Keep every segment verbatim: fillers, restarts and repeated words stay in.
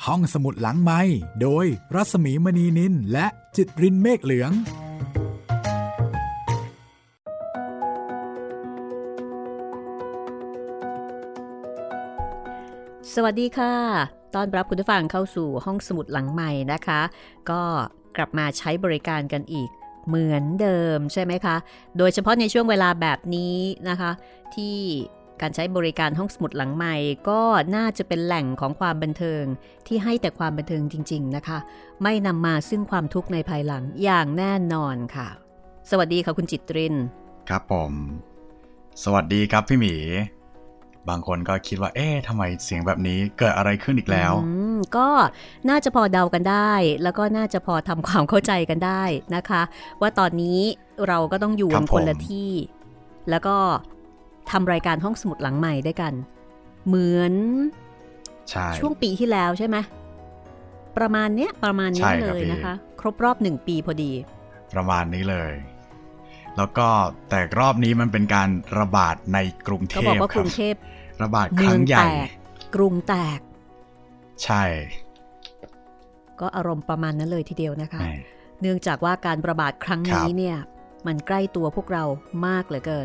ห้องสมุดหลังไมค์โดยรัศมีมณีนินและจิตรินเมฆเหลืองสวัสดีค่ะต้อนรับคุณผู้ฟังเข้าสู่ห้องสมุดหลังใหม่นะคะก็กลับมาใช้บริการกันอีกเหมือนเดิมใช่ไหมคะโดยเฉพาะในช่วงเวลาแบบนี้นะคะที่การใช้บริการห้องสมุดหลังใหม่ก็น่าจะเป็นแหล่งของความบันเทิงที่ให้แต่ความบันเทิงจริงๆนะคะไม่นำมาซึ่งความทุกข์ในภายหลังอย่างแน่นอนค่ะสวัสดีค่ะคุณจิตรินครับผมสวัสดีครับพี่หมีบางคนก็คิดว่าเอ๊ะทำไมเสียงแบบนี้เกิดอะไรขึ้นอีกแล้วก็น่าจะพอเดากันได้แล้วก็น่าจะพอทำความเข้าใจกันได้นะคะว่าตอนนี้เราก็ต้องอยู่คนละที่แล้วก็ทำรายการห้องสมุดหลังใหม่ด้วยกันเหมือนช่วงปีที่แล้วใช่ไหมประมาณเนี้ยประมาณนี้เลยนะคะครบรอบหนึ่งปีพอดีประมาณนี้เลยแล้วก็แต่รอบนี้มันเป็นการระบาดในกรุงเทพเขาบอกว่ากรุงเทพระบาดครั้งใหญ่กรุงแตกใช่ก็อารมณ์ประมาณนั้นเลยทีเดียวนะคะเนื่องจากว่าการระบาดครั้งนี้เนี่ยมันใกล้ตัวพวกเรามากเหลือเกิน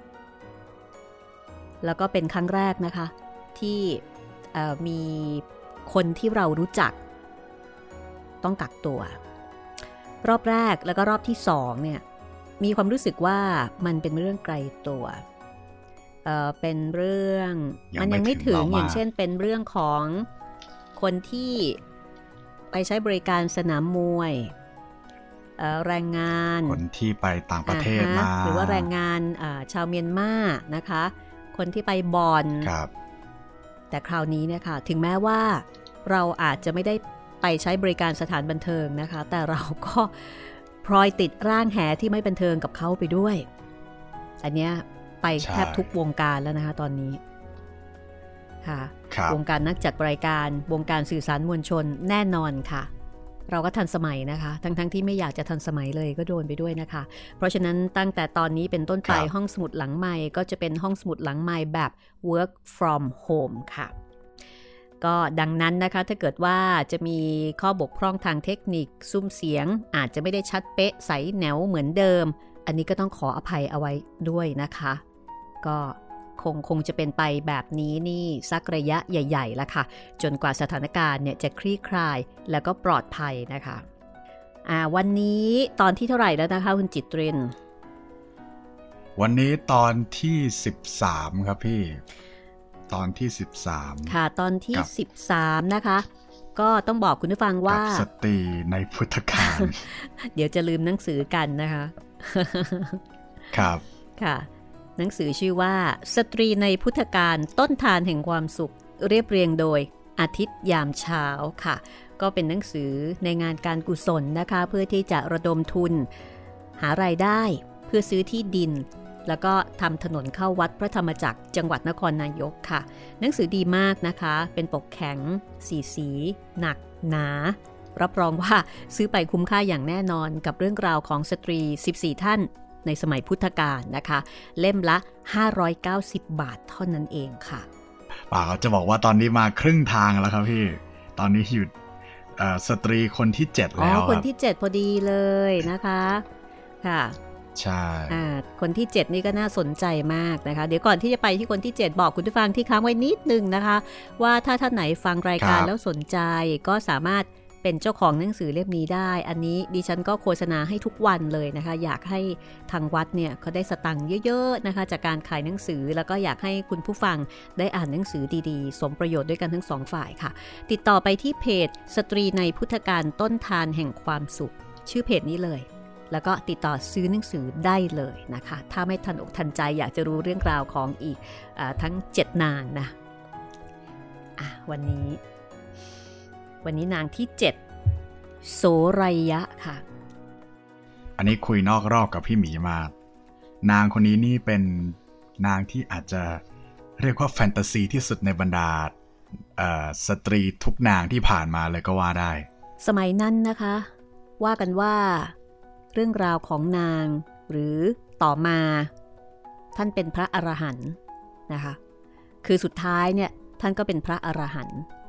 แล้วก็เป็นครั้งแรกนะคะที่มีคนที่เรารู้จักต้องกักตัวรอบแรกแล้วก็รอบที่สองเนี่ยมีความรู้สึกว่ามันเป็นเรื่องไกลตัวเอ่อเป็นเรื่องมันยังไม่ถึงอย่างเช่นเป็นเรื่องของคนที่ไปใช้บริการสนามมวยเอ่อแรงงานคนที่ไปต่างประเทศมาหรือว่าแรงงานชาวเมียนมานะคะคนที่ไปบ่อนแต่คราวนี้เนี่ยค่ะถึงแม้ว่าเราอาจจะไม่ได้ไปใช้บริการสถานบันเทิงนะคะแต่เราก็พลอยติดร่างแหที่ไม่บันเทิงกับเขาไปด้วยอันเนี้ยไปแทบทุกวงการแล้วนะคะตอนนี้ค่ะวงการนักจัดรายการวงการสื่อสารมวลชนแน่นอนค่ะเราก็ทันสมัยนะคะทั้งๆ ท, ที่ไม่อยากจะทันสมัยเลยก็โดนไปด้วยนะคะเพราะฉะนั้นตั้งแต่ตอนนี้เป็นต้นไปห้องสมุดหลังใหม่ก็จะเป็นห้องสมุดหลังใหม่แบบ work from home ค่ะก็ดังนั้นนะคะถ้าเกิดว่าจะมีข้อบกพร่องทางเทคนิคซุ้มเสียงอาจจะไม่ได้ชัดเป๊ะใสแนวเหมือนเดิมอันนี้ก็ต้องขออภัยเอาไว้ด้วยนะคะก็คงคงจะเป็นไปแบบนี้นี่สักระยะใหญ่ๆละค่ะจนกว่าสถานการณ์เนี่ยจะคลี่คลายแล้วก็ปลอดภัยนะคะอ่าวันนี้ตอนที่เท่าไหร่แล้วนะคะคุณจิตรินวันนี้ตอนที่สิบสามครับพี่ตอนที่สิบสามค่ะตอนที่สิบสามนะคะก็ต้องบอกคุณผู้ฟังว่าสตรีในพุทธกาลเดี๋ยวจะลืมหนังสือกันนะคะครับค่ะหนังสือชื่อว่าสตรีในพุทธกาลต้นทานแห่งความสุขเรียบเรียงโดยอาทิตย์ยามเช้าค่ะก็เป็นหนังสือในงานการกุศลนะคะเพื่อที่จะระดมทุนหารายได้เพื่อซื้อที่ดินแล้วก็ทำถนนเข้าวัดพระธรรมจักรจังหวัดนครนายกค่ะหนังสือดีมากนะคะเป็นปกแข็งสีสีหนักหนารับรองว่าซื้อไปคุ้มค่าอย่างแน่นอนกับเรื่องราวของสตรีสิบสี่ท่านในสมัยพุทธกาลนะคะเล่มละห้าร้อยเก้าสิบบาทเท่านั้นเองค่ะป่าเขาจะบอกว่าตอนนี้มาครึ่งทางแล้วครับพี่ตอนนี้อยู่สตรีคนที่เจ็ดแล้วอ๋อคนที่เจ็ดพอดีเลยนะคะค่ะใช่อ่าคนที่เจ็ดนี่ก็น่าสนใจมากนะคะเดี๋ยวก่อนที่จะไปที่คนที่เจ็ดบอกคุณผู้ฟังที่ค้างไว้นิดนึงนะคะว่าถ้าท่านไหนฟังรายการแล้วสนใจก็สามารถเป็นเจ้าของหนังสือเล่มนี้ได้อันนี้ดิฉันก็โฆษณาให้ทุกวันเลยนะคะอยากให้ทางวัดเนี่ยเขาได้สตังค์เยอะๆนะคะจากการขายหนังสือแล้วก็อยากให้คุณผู้ฟังได้อ่านหนังสือดีๆสมประโยชน์ด้วยกันทั้งสองฝ่ายค่ะติดต่อไปที่เพจสตรีในพุทธกาลต้นทานแห่งความสุขชื่อเพจนี้เลยแล้วก็ติดต่อซื้อหนังสือได้เลยนะคะถ้าไม่ทันอกทันใจอยากจะรู้เรื่องราวของอีกอาทั้งเจ็ดนางนะอ่ะวันนี้วันนี้นางที่เจ็ดโสรัยยะค่ะอันนี้คุยนอกรอบกับพี่หมีมากนางคนนี้นี่เป็นนางที่อาจจะเรียกว่าแฟนตาซีที่สุดในบรรดาสตรีทุกนางที่ผ่านมาเลยก็ว่าได้สมัยนั้นนะคะว่ากันว่าเรื่องราวของนางหรือต่อมาท่านเป็นพระอรหันต์นะคะคือสุดท้ายเนี่ยท่านก็เป็นพระอรหันต์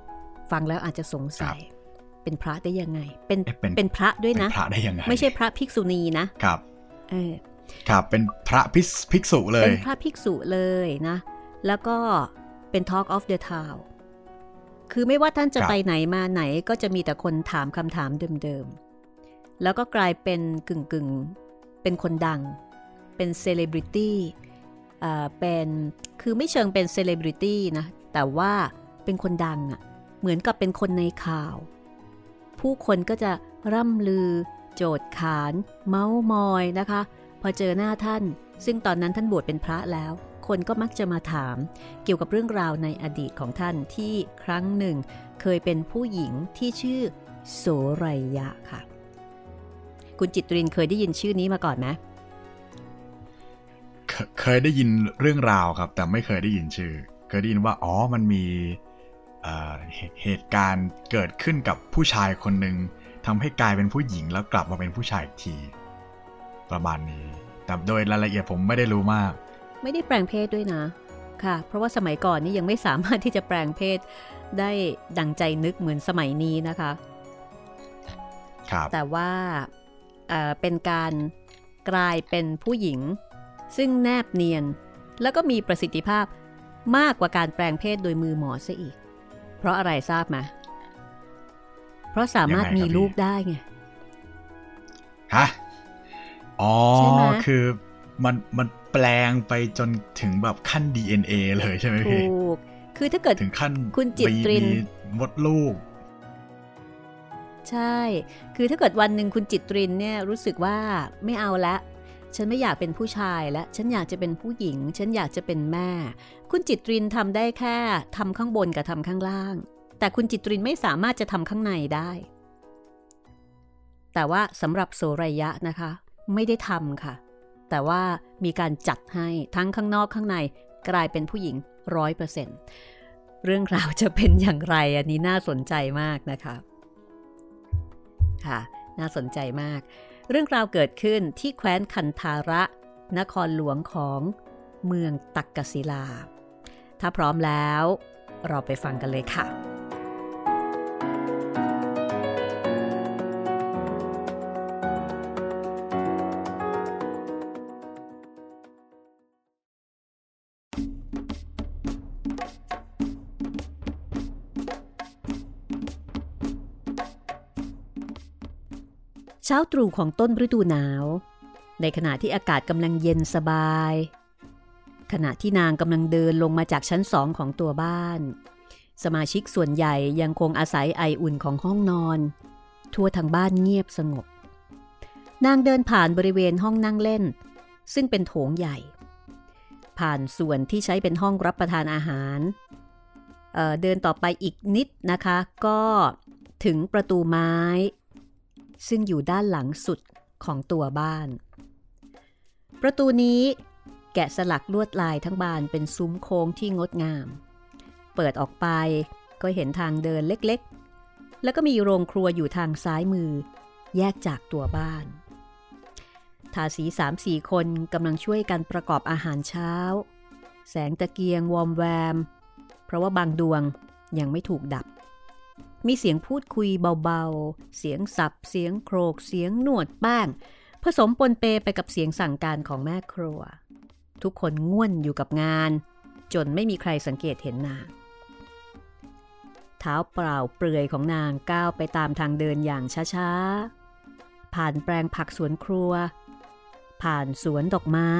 ฟังแล้วอาจจะสงสัยเป็นพระได้ยังไงเป็นเป็นเป็นพระด้วยนะเป็นพระได้ยังไงไม่ใช่พระภิกษุณีนะครับเออครับเป็นพระภิกษุเลยเป็นพระภิกษุเลยนะแล้วก็เป็น Talk of the Town คือไม่ว่าท่านจะไปไหนมาไหนก็จะมีแต่คนถามคำถามเดิมๆแล้วก็กลายเป็นกึ่งๆเป็นคนดังเป็นเซเลบริตี้อ่าเป็นคือไม่เชิงเป็นเซเลบริตี้นะแต่ว่าเป็นคนดังอ่ะเหมือนกับเป็นคนในข่าวผู้คนก็จะร่ำลือโจทย์ขานเม้ามอยนะคะพอเจอหน้าท่านซึ่งตอนนั้นท่านบวชเป็นพระแล้วคนก็มักจะมาถามเกี่ยวกับเรื่องราวในอดีตของท่านที่ครั้งหนึ่งเคยเป็นผู้หญิงที่ชื่อโสไรยะค่ะคุณจิตรินเคยได้ยินชื่อนี้มาก่อนไหมเคเคยได้ยินเรื่องราวครับแต่ไม่เคยได้ยินชื่อเคยได้ยินว่าอ๋อมันมีเอ่อเหตุการณ์เกิดขึ้นกับผู้ชายคนหนึ่งทำให้กลายเป็นผู้หญิงแล้วกลับมาเป็นผู้ชายอีกทีประมาณนี้แต่โดยรายละเอียดผมไม่ได้รู้มากไม่ได้แปลงเพศด้วยนะค่ะเพราะว่าสมัยก่อนนี่ยังไม่สามารถที่จะแปลงเพศได้ดังใจนึกเหมือนสมัยนี้นะคะครับแต่ว่าเอ่อเป็นการกลายเป็นผู้หญิงซึ่งแนบเนียนแล้วก็มีประสิทธิภาพมากกว่าการแปลงเพศโดยมือหมอซะอีกเพราะอะไรทราบไหมเพราะสามารถมีลูกได้ไงฮะอ๋อคือมันมันแปลงไปจนถึงแบบขั้น ดี เอ็น เอ เลยใช่ไหมพี่ถูกคือถ้าเกิดถึงขั้นคุณจิตรินมดลูกใช่คือถ้าเกิดวันหนึ่งคุณจิตรินเนี่ยรู้สึกว่าไม่เอาละฉันไม่อยากเป็นผู้ชายแล้วฉันอยากจะเป็นผู้หญิงฉันอยากจะเป็นแม่คุณจิตรินทำได้แค่ทำข้างบนกับทำข้างล่างแต่คุณจิตรินไม่สามารถจะทำข้างในได้แต่ว่าสำหรับโสไรยะนะคะไม่ได้ทำค่ะแต่ว่ามีการจัดให้ทั้งข้างนอกข้างในกลายเป็นผู้หญิง ร้อยเปอร์เซ็นต์ เรื่องราวจะเป็นอย่างไรอันนี้น่าสนใจมากนะคะค่ะน่าสนใจมากเรื่องราวเกิดขึ้นที่แคว้นคันธาระนครหลวงของเมืองตักกศิลาถ้าพร้อมแล้วเราไปฟังกันเลยค่ะเช้าตรู่ของต้นฤดูหนาวในขณะที่อากาศกำลังเย็นสบายขณะที่นางกำลังเดินลงมาจากชั้นสองของตัวบ้านสมาชิกส่วนใหญ่ยังคงอาศัยไออุ่นของห้องนอนทั่วทางบ้านเงียบสงบนางเดินผ่านบริเวณห้องนั่งเล่นซึ่งเป็นโถงใหญ่ผ่านส่วนที่ใช้เป็นห้องรับประทานอาหารเอ่อเดินต่อไปอีกนิดนะคะก็ถึงประตูไม้ซึ่งอยู่ด้านหลังสุดของตัวบ้านประตูนี้แกะสลักลวดลายทั้งบานเป็นซุ้มโค้งที่งดงามเปิดออกไปก็เห็นทางเดินเล็กๆแล้วก็มีโรงครัวอยู่ทางซ้ายมือแยกจากตัวบ้านทาสี สามสี่ คนกำลังช่วยกันประกอบอาหารเช้าแสงตะเกียงวอมแวมเพราะว่าบางดวงยังไม่ถูกดับมีเสียงพูดคุยเบาๆเสียงสับเสียงโครกเสียงหนวดแป้งผสมปนเปไปกับเสียงสั่งการของแม่ครัวทุกคนง่วนอยู่กับงานจนไม่มีใครสังเกตเห็นนางเท้าเปล่าเปลือยของนางก้าวไปตามทางเดินอย่างช้าๆผ่านแปลงผักสวนครัวผ่านสวนดอกไม้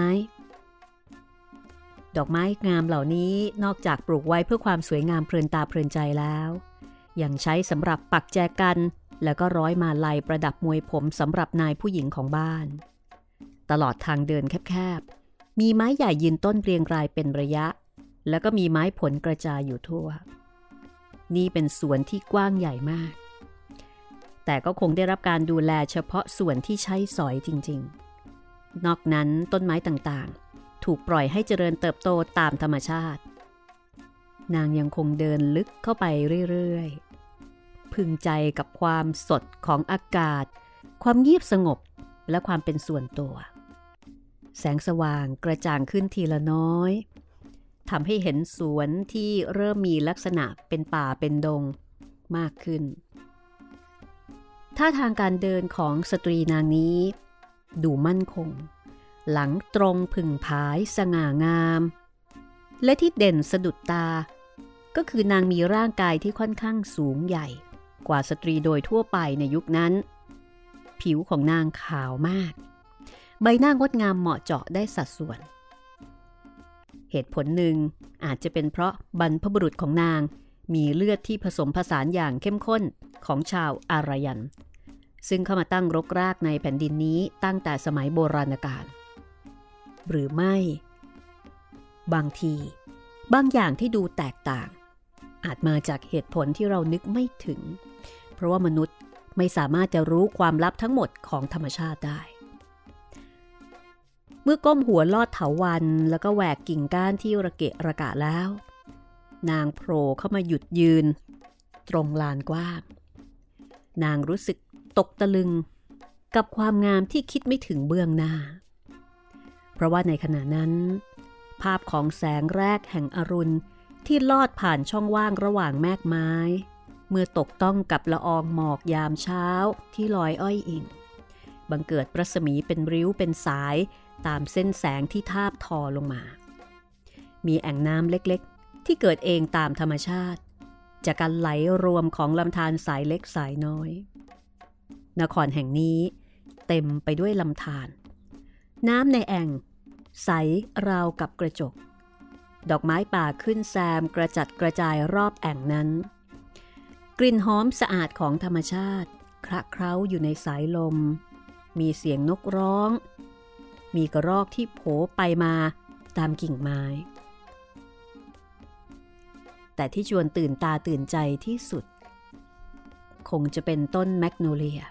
ดอกไม้งามเหล่านี้นอกจากปลูกไว้เพื่อความสวยงามเพลินตาเพลินใจแล้วยังใช้สำหรับปักแจกันแล้วก็ร้อยมาลัยประดับมวยผมสำหรับนายผู้หญิงของบ้านตลอดทางเดินแคบๆมีไม้ใหญ่ยืนต้นเรียงรายเป็นระยะแล้วก็มีไม้ผลกระจายอยู่ทั่วนี่เป็นสวนที่กว้างใหญ่มากแต่ก็คงได้รับการดูแลเฉพาะส่วนที่ใช้สอยจริงๆนอกนั้นต้นไม้ต่างๆถูกปล่อยให้เจริญเติบโตตามธรรมชาตินางยังคงเดินลึกเข้าไปเรื่อยๆพึงใจกับความสดของอากาศความเงียบสงบและความเป็นส่วนตัวแสงสว่างกระจ่างขึ้นทีละน้อยทำให้เห็นสวนที่เริ่มมีลักษณะเป็นป่าเป็นดงมากขึ้นท่าทางการเดินของสตรีนางนี้ดูมั่นคงหลังตรงผึ่งผายสง่างามและที่เด่นสะดุดตาก็คือนางมีร่างกายที่ค่อนข้างสูงใหญ่กว่าสตรีโดยทั่วไปในยุคนั้นผิวของนางขาวมากใบหน้างดงามเหมาะเจาะได้สัดส่วนเหตุผลหนึ่งอาจจะเป็นเพราะบรรพบุรุษของนางมีเลือดที่ผสมผสานอย่างเข้มข้นของชาวอารยันซึ่งเข้ามาตั้งรกรากในแผ่นดินนี้ตั้งแต่สมัยโบราณกาลหรือไม่บางทีบางอย่างที่ดูแตกต่างอาจมาจากเหตุผลที่เรานึกไม่ถึงเพราะว่ามนุษย์ไม่สามารถจะรู้ความลับทั้งหมดของธรรมชาติได้เมื่อก้มหัวลอดเถาวัลย์แล้วก็แหวกกิ่งก้านที่ระเกะระกะแล้วนางโผล่เข้ามาหยุดยืนตรงลานกว้างนางรู้สึกตกตะลึงกับความงามที่คิดไม่ถึงเบื้องหน้าเพราะว่าในขณะนั้นภาพของแสงแรกแห่งอรุณที่ลอดผ่านช่องว่างระหว่างแมกไม้เมื่อตกต้องกับละอองหมอกยามเช้าที่ลอยอ้อยอิ่งบังเกิดรัศมีเป็นริ้วเป็นสายตามเส้นแสงที่ทาบทอลงมามีแอ่งน้ำเล็กๆที่เกิดเองตามธรรมชาติจากการไหลรวมของลำธารสายเล็กสายน้อยนครแห่งนี้เต็มไปด้วยลำธารน้ำในแอ่งใสราวกับกระจกดอกไม้ป่าขึ้นแซมกระจัดกระจายรอบแอ่งนั้นกลิ่นหอมสะอาดของธรรมชาติคละเคล้าอยู่ในสายลมมีเสียงนกร้องมีกระรอกที่โผไปมาตามกิ่งไม้แต่ที่ชวนตื่นตาตื่นใจที่สุดคงจะเป็นต้นแมกโนเลีย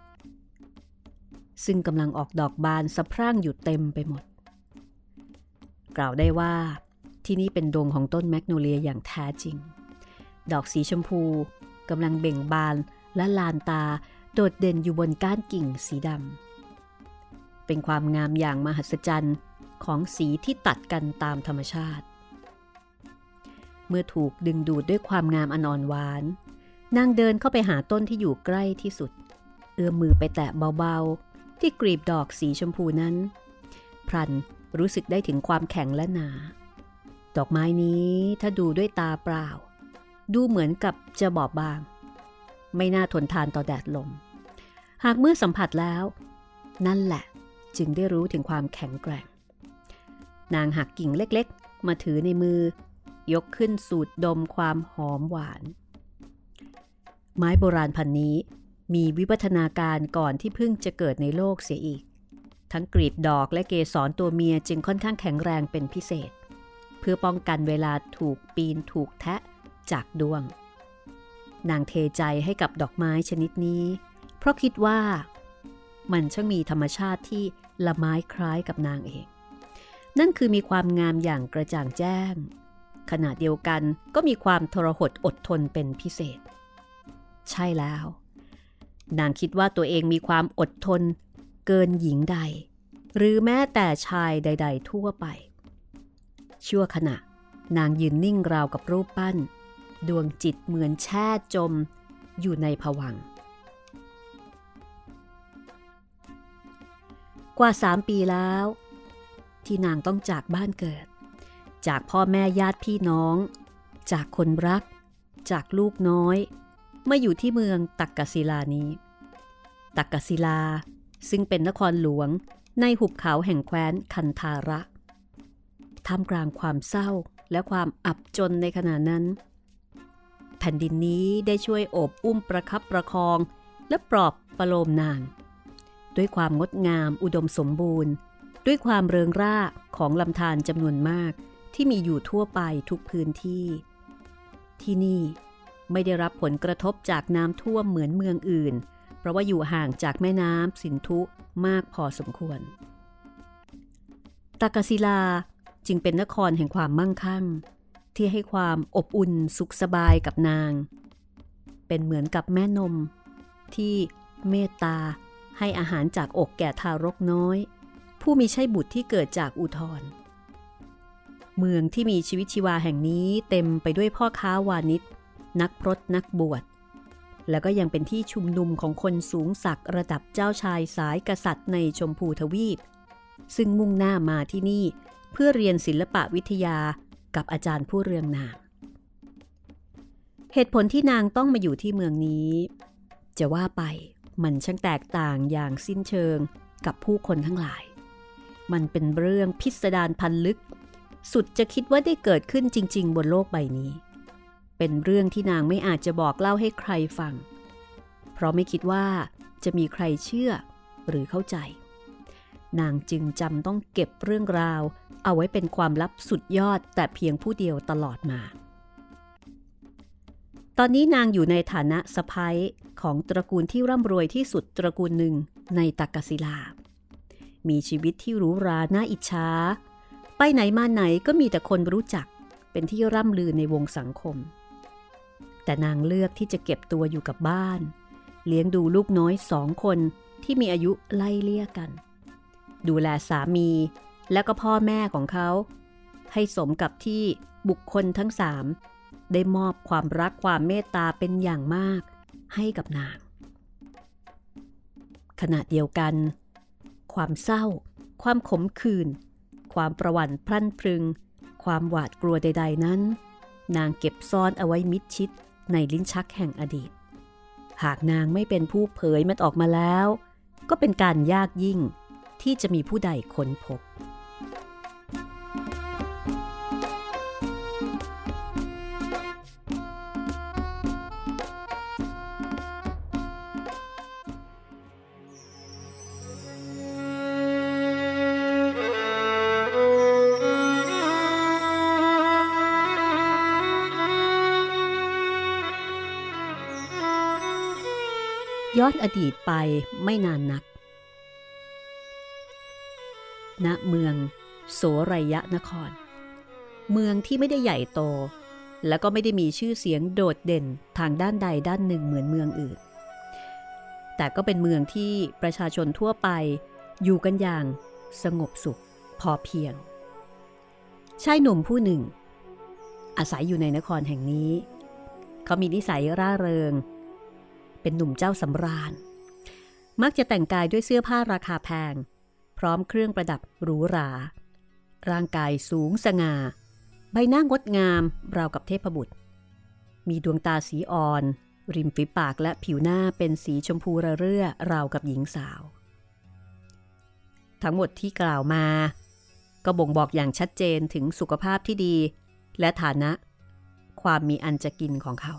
ซึ่งกำลังออกดอกบานสะพรั่งอยู่เต็มไปหมดกล่าวได้ว่าที่นี่เป็นดงของต้นแมกโนเลียอย่างแท้จริงดอกสีชมพูกำลังเบ่งบานและลานตาโดดเด่นอยู่บนก้านกิ่งสีดำเป็นความงามอย่างมหัศจรรย์ของสีที่ตัดกันตามธรรมชาติเมื่อถูกดึงดูดด้วยความงามอนอนหวานนางเดินเข้าไปหาต้นที่อยู่ใกล้ที่สุดเอื้อมมือไปแตะเบาๆที่กลีบดอกสีชมพูนั้นพลันรู้สึกได้ถึงความแข็งและหนาดอกไม้นี้ถ้าดูด้วยตาเปล่าดูเหมือนกับจะบอบบางไม่น่าทนทานต่อแดดลมหากเมื่อสัมผัสแล้วนั่นแหละจึงได้รู้ถึงความแข็งแกร่งนางหักกิ่งเล็กๆมาถือในมือยกขึ้นสูดดมความหอมหวานไม้โบราณพันธุ์นี้มีวิวัฒนาการก่อนที่เพิ่งจะเกิดในโลกเสียอีกทั้งกลีบดอกและเกสรตัวเมียจึงค่อนข้างแข็งแรงเป็นพิเศษเพื่อป้องกันเวลาถูกปีนถูกแทะจากดวงนางเทใจให้กับดอกไม้ชนิดนี้เพราะคิดว่ามันช่างมีธรรมชาติที่ละไม้คล้ายกับนางเองนั่นคือมีความงามอย่างกระจ่างแจ้งขณะเดียวกันก็มีความทรหดอดทนเป็นพิเศษใช่แล้วนางคิดว่าตัวเองมีความอดทนเกินหญิงใดหรือแม้แต่ชายใดๆทั่วไปชั่วขณะนางยืนนิ่งราวกับรูปปั้นดวงจิตเหมือนแช่จมอยู่ในภวังค์กว่าสามปีแล้วที่นางต้องจากบ้านเกิดจากพ่อแม่ญาติพี่น้องจากคนรักจากลูกน้อยมาอยู่ที่เมืองตักกศิลานี้ตักกศิลาซึ่งเป็นนครหลวงในหุบเขาแห่งแคว้นคันธาระท่ามกลางความเศร้าและความอับจนในขณะนั้นแผ่นดินนี้ได้ช่วยโอบอุ้มประคับประคองและปลอบประโลมนางด้วยความงดงามอุดมสมบูรณ์ด้วยความเริงร่าของลำธารจำนวนมากที่มีอยู่ทั่วไปทุกพื้นที่ที่นี่ไม่ได้รับผลกระทบจากน้ำท่วมเหมือนเมืองอื่นเพราะว่าอยู่ห่างจากแม่น้ำสินธุมากพอสมควรตักกศิลาจึงเป็นนครแห่งความมั่งคั่งที่ให้ความอบอุ่นสุขสบายกับนางเป็นเหมือนกับแม่นมที่เมตตาให้อาหารจากอกแก่ทารกน้อยผู้มีใช่บุตรที่เกิดจากอุทรเมืองที่มีชีวิตชีวาแห่งนี้เต็มไปด้วยพ่อค้าวานิชนักพรตนักบวชแล้วก็ยังเป็นที่ชุมนุมของคนสูงศักดิ์ระดับเจ้าชายสายกษัตริย์ในชมพูทวีปซึ่งมุ่งหน้ามาที่นี่เพื่อเรียนศิลปะวิทยากับอาจารย์ผู้เรืองนางเหตุผลที่นางต้องมาอยู่ที่เมืองนี้จะว่าไปมันช่างแตกต่างอย่างสิ้นเชิงกับผู้คนทั้งหลายมันเป็นเรื่องพิสดารพันลึกสุดจะคิดว่าได้เกิดขึ้นจริงๆบนโลกใบนี้เป็นเรื่องที่นางไม่อาจจะบอกเล่าให้ใครฟังเพราะไม่คิดว่าจะมีใครเชื่อหรือเข้าใจนางจึงจำต้องเก็บเรื่องราวเอาไว้เป็นความลับสุดยอดแต่เพียงผู้เดียวตลอดมาตอนนี้นางอยู่ในฐานะสะใภ้ของตระกูลที่ร่ำรวยที่สุดตระกูลหนึ่งในตักกศิลามีชีวิตที่หรูหราน่าอิจฉาไปไหนมาไหนก็มีแต่คนรู้จักเป็นที่ร่ำลือในวงสังคมแต่นางเลือกที่จะเก็บตัวอยู่กับบ้านเลี้ยงดูลูกน้อยสองคนที่มีอายุไล่เลี่ยกันดูแลสามีและก็พ่อแม่ของเขาให้สมกับที่บุคคลทั้งสามได้มอบความรักความเมตตาเป็นอย่างมากให้กับนางขณะเดียวกันความเศร้าความขมขื่นความประหวั่นพรั่นพรึงความหวาดกลัวใดๆนั้นนางเก็บซ่อนเอาไว้มิดชิดในลิ้นชักแห่งอดีตหากนางไม่เป็นผู้เผยมันออกมาแล้วก็เป็นการยากยิ่งที่จะมีผู้ใดค้นพบย้อนอดีตไปไม่นานนักณเมืองโสรยนครเมืองที่ไม่ได้ใหญ่โตและก็ไม่ได้มีชื่อเสียงโดดเด่นทางด้านใดด้านหนึ่งเหมือนเมืองอื่นแต่ก็เป็นเมืองที่ประชาชนทั่วไปอยู่กันอย่างสงบสุขพอเพียงชายหนุ่มผู้หนึ่งอาศัยอยู่ในนครแห่งนี้เขามีนิสัยร่าเริงเป็นหนุ่มเจ้าสำราญมักจะแต่งกายด้วยเสื้อผ้าราคาแพงพร้อมเครื่องประดับหรูหราร่างกายสูงสง่าใบหน้างดงามราวกับเทพบุตรมีดวงตาสีอ่อนริมฝีปากและผิวหน้าเป็นสีชมพูระเรื่อราวกับหญิงสาวทั้งหมดที่กล่าวมาก็บ่งบอกอย่างชัดเจนถึงสุขภาพที่ดีและฐานะความมีอันจะกินของเขา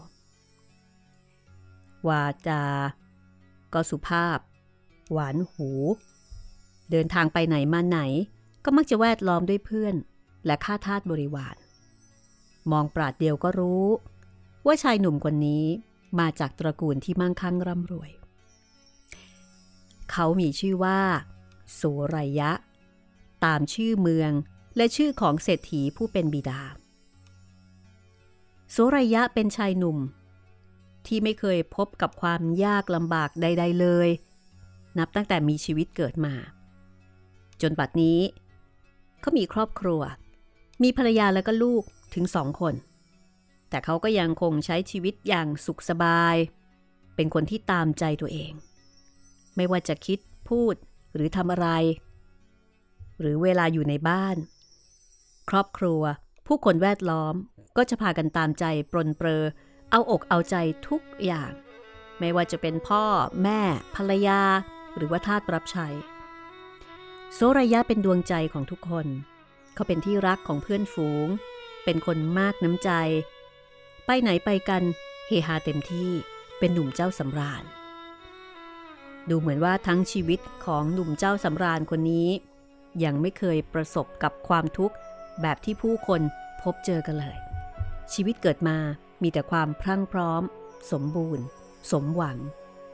วาจาก็สุภาพหวานหูเดินทางไปไหนมาไหนก็มักจะแวดล้อมด้วยเพื่อนและข้าทาสบริวารมองปราดเดียวก็รู้ว่าชายหนุ่มคนนี้มาจากตระกูลที่มั่งคั่งร่ำรวยเขามีชื่อว่าโสรยะตามชื่อเมืองและชื่อของเศรษฐีผู้เป็นบิดาโสรยะเป็นชายหนุ่มที่ไม่เคยพบกับความยากลำบากใดๆเลยนับตั้งแต่มีชีวิตเกิดมาจนบัดนี้เขามีครอบครัวมีภรรยาและก็ลูกถึงสองคนแต่เขาก็ยังคงใช้ชีวิตอย่างสุขสบายเป็นคนที่ตามใจตัวเองไม่ว่าจะคิดพูดหรือทำอะไรหรือเวลาอยู่ในบ้านครอบครัวผู้คนแวดล้อมก็จะพากันตามใจปรนเปรอเอาอกเอาใจทุกอย่างไม่ว่าจะเป็นพ่อแม่ภรรยาหรือว่าทาสรับใช้โสรยะเป็นดวงใจของทุกคนเขาเป็นที่รักของเพื่อนฝูงเป็นคนมากน้ำใจไปไหนไปกันเฮฮาเต็มที่เป็นหนุ่มเจ้าสำราญดูเหมือนว่าทั้งชีวิตของหนุ่มเจ้าสำราญคนนี้ยังไม่เคยประสบกับความทุกข์แบบที่ผู้คนพบเจอกันเลยชีวิตเกิดมามีแต่ความพรั่งพร้อมสมบูรณ์สมหวัง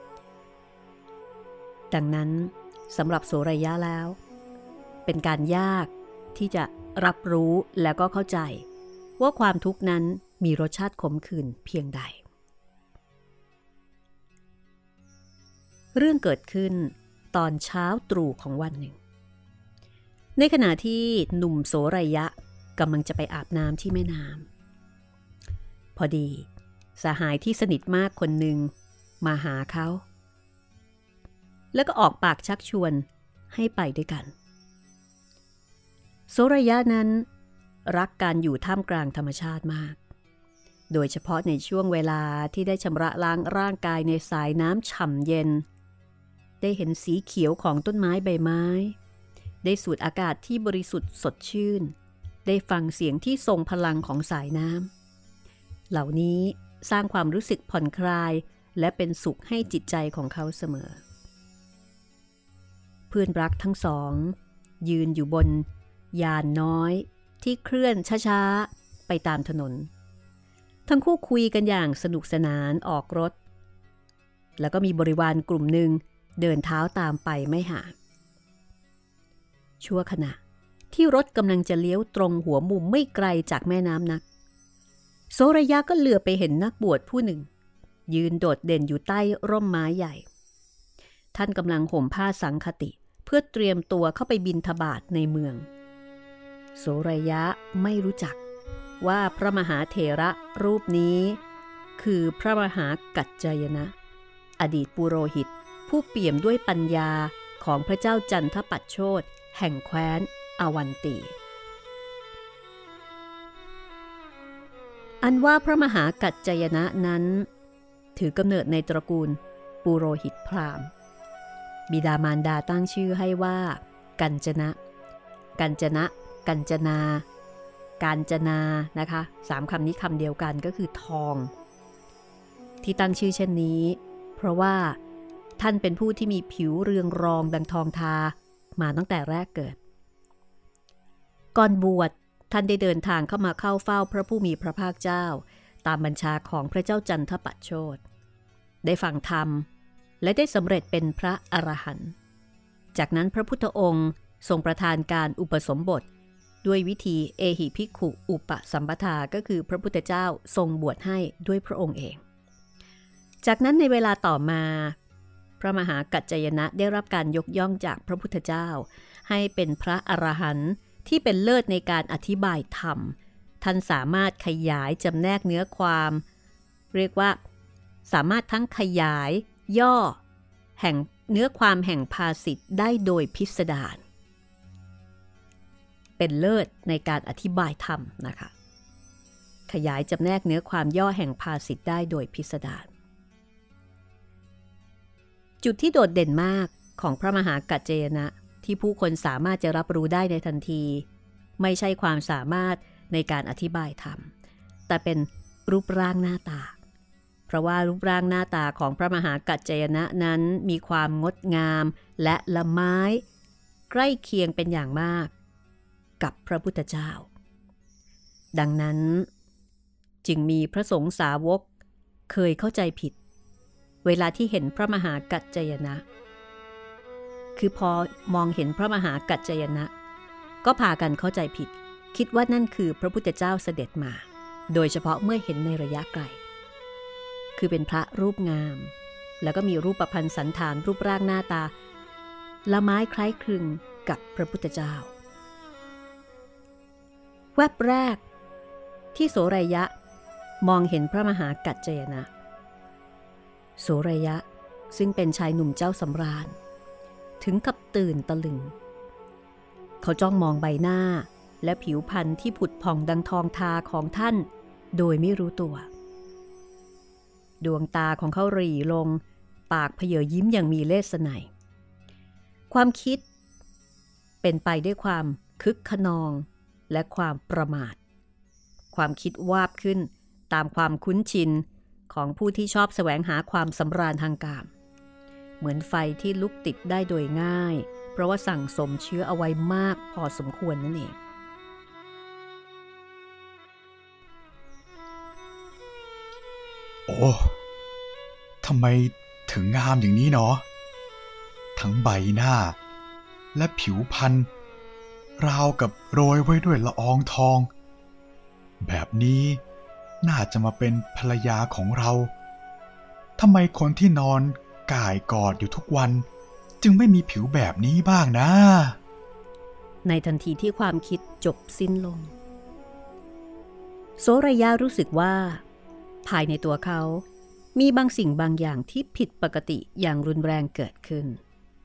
ดังนั้นสำหรับโสรยะแล้วเป็นการยากที่จะรับรู้และก็เข้าใจว่าความทุกข์นั้นมีรสชาติขมขื่นเพียงใดเรื่องเกิดขึ้นตอนเช้าตรู่ของวันหนึ่งในขณะที่หนุ่มโสรยะกำลังจะไปอาบน้ำที่แม่น้ำพอดีสหายที่สนิทมากคนหนึ่งมาหาเขาแล้วก็ออกปากชักชวนให้ไปด้วยกันโสระยะนั้นรักการอยู่ท่ามกลางธรรมชาติมากโดยเฉพาะในช่วงเวลาที่ได้ชำระล้างร่างกายในสายน้ำฉ่ำเย็นได้เห็นสีเขียวของต้นไม้ใบไม้ได้สูดอากาศที่บริสุทธิ์สดชื่นได้ฟังเสียงที่ทรงพลังของสายน้ำเหล่านี้สร้างความรู้สึกผ่อนคลายและเป็นสุขให้จิตใจของเขาเสมอเพื่อนรักทั้งสองยืนอยู่บนยานน้อยที่เคลื่อนช้าๆไปตามถนนทั้งคู่คุยกันอย่างสนุกสนานออกรถแล้วก็มีบริวารกลุ่มหนึ่งเดินเท้าตามไปไม่ห่างชั่วขณะที่รถกำลังจะเลี้ยวตรงหัวมุมไม่ไกลจากแม่น้ำนักโสระยะก็เหลือไปเห็นนักบวชผู้หนึ่งยืนโดดเด่นอยู่ใต้ร่มไม้ใหญ่ท่านกำลังห่มผ้าสังคติเพื่อเตรียมตัวเข้าไปบิณฑบาตในเมืองโสระยะไม่รู้จักว่าพระมหาเถระรูปนี้คือพระมหากัจจายนะอดีตปุโรหิตผู้เปี่ยมด้วยปัญญาของพระเจ้าจันทปัชโชตแห่งแคว้นอวันตีอันว่าพระมหากัจจายนะนั้นถือกำเนิดในตระกูลปุโรหิตพราหมณ์บิดามารดาตั้งชื่อให้ว่ากัญจนะกัญจนะกัญจนาการจนานะคะสามคำนี้คำเดียวกันก็คือทองที่ตั้งชื่อเช่นนี้เพราะว่าท่านเป็นผู้ที่มีผิวเรืองรองดังทองทามาตั้งแต่แรกเกิดก่อนบวชท่านได้เดินทางเข้ามาเข้าเฝ้าพระผู้มีพระภาคเจ้าตามบัญชาของพระเจ้าจันทปัชโชตได้ฟังธรรมและได้สำเร็จเป็นพระอรหันต์จากนั้นพระพุทธองค์ทรงประทานการอุปสมบทด้วยวิธีเอหิภิกขุอุปสัมปทาก็คือพระพุทธเจ้าทรงบวชให้ด้วยพระองค์เองจากนั้นในเวลาต่อมาพระมหากัจจายนะได้รับการยกย่องจากพระพุทธเจ้าให้เป็นพระอรหันต์ที่เป็นเลิศในการอธิบายธรรมท่านสามารถขยายจำแนกเนื้อความเรียกว่าสามารถทั้งขยายย่อแห่งเนื้อความแห่งภาษิตได้โดยพิสดารเป็นเลิศในการอธิบายธรรมนะคะขยายจำแนกเนื้อความย่อแห่งภาษิตได้โดยพิสดารจุดที่โดดเด่นมากของพระมหากัจจายนะที่ผู้คนสามารถจะรับรู้ได้ในทันทีไม่ใช่ความสามารถในการอธิบายธรรมแต่เป็นรูปร่างหน้าตาเพราะว่ารูปร่างหน้าตาของพระมหากัจจายนะนั้นมีความงดงามและละไม้ใกล้เคียงเป็นอย่างมากกับพระพุทธเจ้าดังนั้นจึงมีพระสงฆ์สาวกเคยเข้าใจผิดเวลาที่เห็นพระมหากัจจายนะคือพอมองเห็นพระมหากัจจายนะก็พากันเข้าใจผิดคิดว่านั่นคือพระพุทธเจ้าเสด็จมาโดยเฉพาะเมื่อเห็นในระยะไกลคือเป็นพระรูปงามแล้วก็มีรูปพรรณสันฐานรูปร่างหน้าตาละไม้คล้ายคลึงกับพระพุทธเจ้าแวบแรกที่โสระยะมองเห็นพระมหากัจจายนะโสระยะซึ่งเป็นชายหนุ่มเจ้าสำราญถึงกับตื่นตะลึงเขาจ้องมองใบหน้าและผิวพรรณที่ผุดผ่องดังทองทาของท่านโดยไม่รู้ตัวดวงตาของเขาหรี่ลงปากเผยยิ้มอย่างมีเลสไนความคิดเป็นไปด้วยความคึกคะนองและความประมาทความคิดวาบขึ้นตามความคุ้นชินของผู้ที่ชอบแสวงหาความสำราญทางกามเหมือนไฟที่ลุกติดได้โดยง่ายเพราะว่าสั่งสมเชื้อเอาไว้มากพอสมควรนั่นเองโอ้ทำไมถึงงามอย่างนี้เนาะทั้งใบหน้าและผิวพรรณราวกับโรยไว้ด้วยละอองทองแบบนี้น่าจะมาเป็นภรรยาของเราทำไมคนที่นอนก่ายกอดอยู่ทุกวันจึงไม่มีผิวแบบนี้บ้างนะในทันทีที่ความคิดจบสิ้นลงโสระยะรู้สึกว่าภายในตัวเขามีบางสิ่งบางอย่างที่ผิดปกติอย่างรุนแรงเกิดขึ้น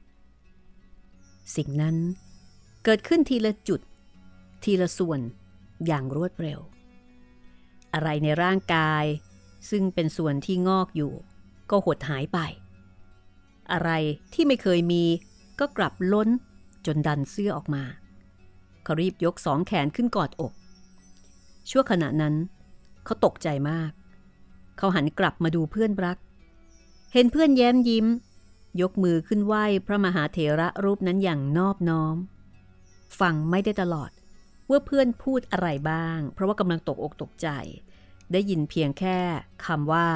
สิ่งนั้นเกิดขึ้นทีละจุดทีละส่วนอย่างรวดเร็วอะไรในร่างกายซึ่งเป็นส่วนที่งอกอยู่ก็หดหายไปอะไรที่ไม่เคยมีก็กลับล้นจนดันเสื้อออกมาเขารีบยกสองแขนขึ้นกอดอกชั่วขณะนั้นเขาตกใจมากเขาหันกลับมาดูเพื่อนรักเห็นเพื่อนแย้มยิ้มยกมือขึ้นไหว้พระมหาเถระรูปนั้นอย่างนอบน้อมฟังไม่ได้ตลอดว่าเพื่อนพูดอะไรบ้างเพราะว่ากำลังตกอกตกใจได้ยินเพียงแค่คำว่า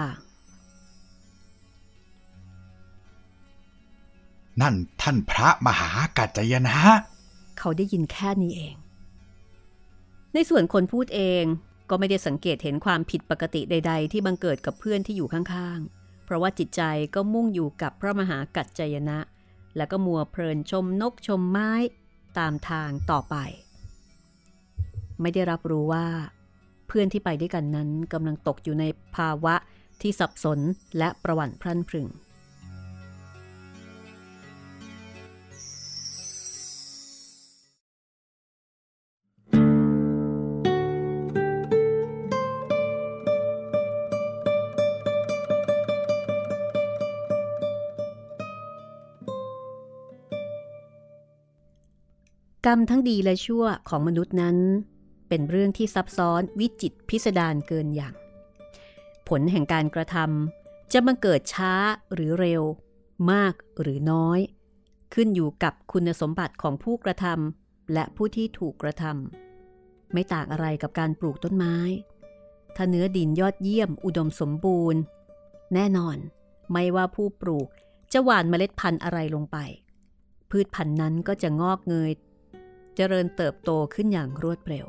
นั่นท่านพระมหากัจจยนะเขาได้ยินแค่นี้เองในส่วนคนพูดเองก็ไม่ได้สังเกตเห็นความผิดปกติใดๆที่บังเกิดกับเพื่อนที่อยู่ข้างๆเพราะว่าจิตใจก็มุ่งอยู่กับพระมหากัจจยนะแล้วก็มัวเพลินชมนกชมไม้ตามทางต่อไปไม่ได้รับรู้ว่าเพื่อนที่ไปด้วยกันนั้นกำลังตกอยู่ในภาวะที่สับสนและประหวั่นพรั่นพรึงกรรมทั้งดีและชั่วของมนุษย์นั้นเป็นเรื่องที่ซับซ้อนวิจิตรพิสดารเกินอย่างผลแห่งการกระทำจะบังเกิดช้าหรือเร็วมากหรือน้อยขึ้นอยู่กับคุณสมบัติของผู้กระทำและผู้ที่ถูกกระทำไม่ต่างอะไรกับการปลูกต้นไม้ถ้าเนื้อดินยอดเยี่ยมอุดมสมบูรณ์แน่นอนไม่ว่าผู้ปลูกจะหว่านเมล็ดพันธุ์อะไรลงไปพืชพันธุ์นั้นก็จะงอกเงยเจริญเติบโตขึ้นอย่างรวดเร็ว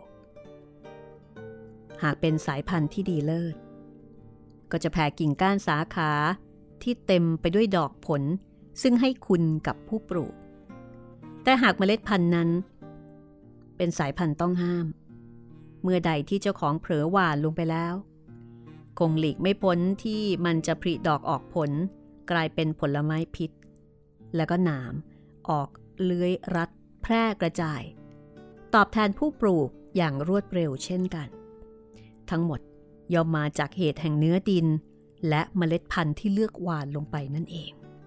หากเป็นสายพันธุ์ที่ดีเลิศก็จะแผ่กิ่งก้านสาขาที่เต็มไปด้วยดอกผลซึ่งให้คุณกับผู้ปลูกแต่หากเมล็ดพันธุ์นั้นเป็นสายพันธุ์ต้องห้ามเมื่อใดที่เจ้าของเผลอหว่านลงไปแล้วคงหลีกไม่พ้นที่มันจะผลิดอกออกผลกลายเป็นผลไม้พิษแล้วก็หนามออกเลื้อยรัดแพร่กระจายตอบแทนผู้ปลูกอย่างรวดเร็วเช่นกันทั้งหมดย่อมมาจากเหตุแห่งเนื้อดินและเมล็ดพันธุ์ที่เลือกหว่านลงไปนั่นเอง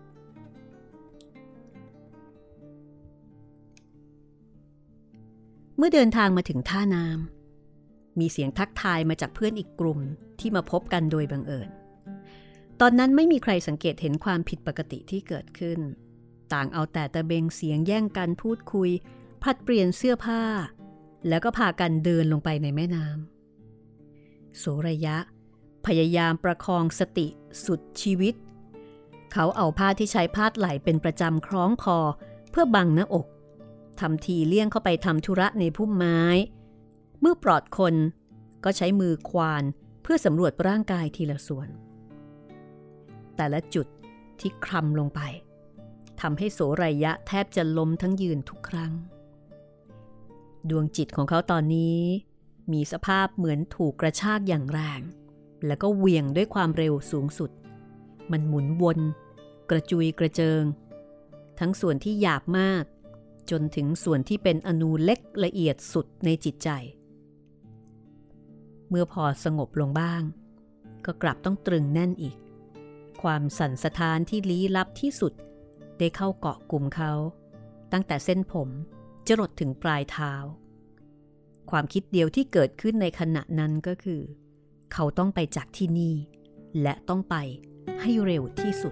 เมื่อเดินทางมาถึงท่าน้ำมีเสียงทักทายมาจากเพื่อนอีกกลุ่มที่มาพบกันโดยบังเอิญตอนนั้นไม่มีใครสังเกตเห็นความผิดปกติที่เกิดขึ้นต่างเอาแต่ตะเบงเสียงแย่งกันพูดคุยผลัดเปลี่ยนเสื้อผ้าแล้วก็พากันเดินลงไปในแม่น้ำโสระยะพยายามประคองสติสุดชีวิตเขาเอาผ้าที่ใช้พาดไหล่เป็นประจำคล้องคอเพื่อบังหน้าอกทำทีเลี่ยงเข้าไปทำธุระในพุ่มไม้เมื่อปลอดคนก็ใช้มือควานเพื่อสำรวจร่างกายทีละส่วนแต่ละจุดที่คลำลงไปทำให้โสระยะแทบจะล้มทั้งยืนทุกครั้งดวงจิตของเขาตอนนี้มีสภาพเหมือนถูกกระชากอย่างแรงแล้วก็เหวี่ยงด้วยความเร็วสูงสุดมันหมุนวนกระจุยกระเจิงทั้งส่วนที่หยาบมากจนถึงส่วนที่เป็นอนูเล็กละเอียดสุดในจิตใจเมื่อพอสงบลงบ้างก็กลับต้องตรึงแน่นอีกความสั่นสะท้านที่ลี้ลับที่สุดได้เข้าเกาะกลุ่มเขาตั้งแต่เส้นผมจรดถึงปลายเท้าความคิดเดียวที่เกิดขึ้นในขณะนั้นก็คือเขาต้องไปจากที่นี่และต้องไปให้เร็วที่สุด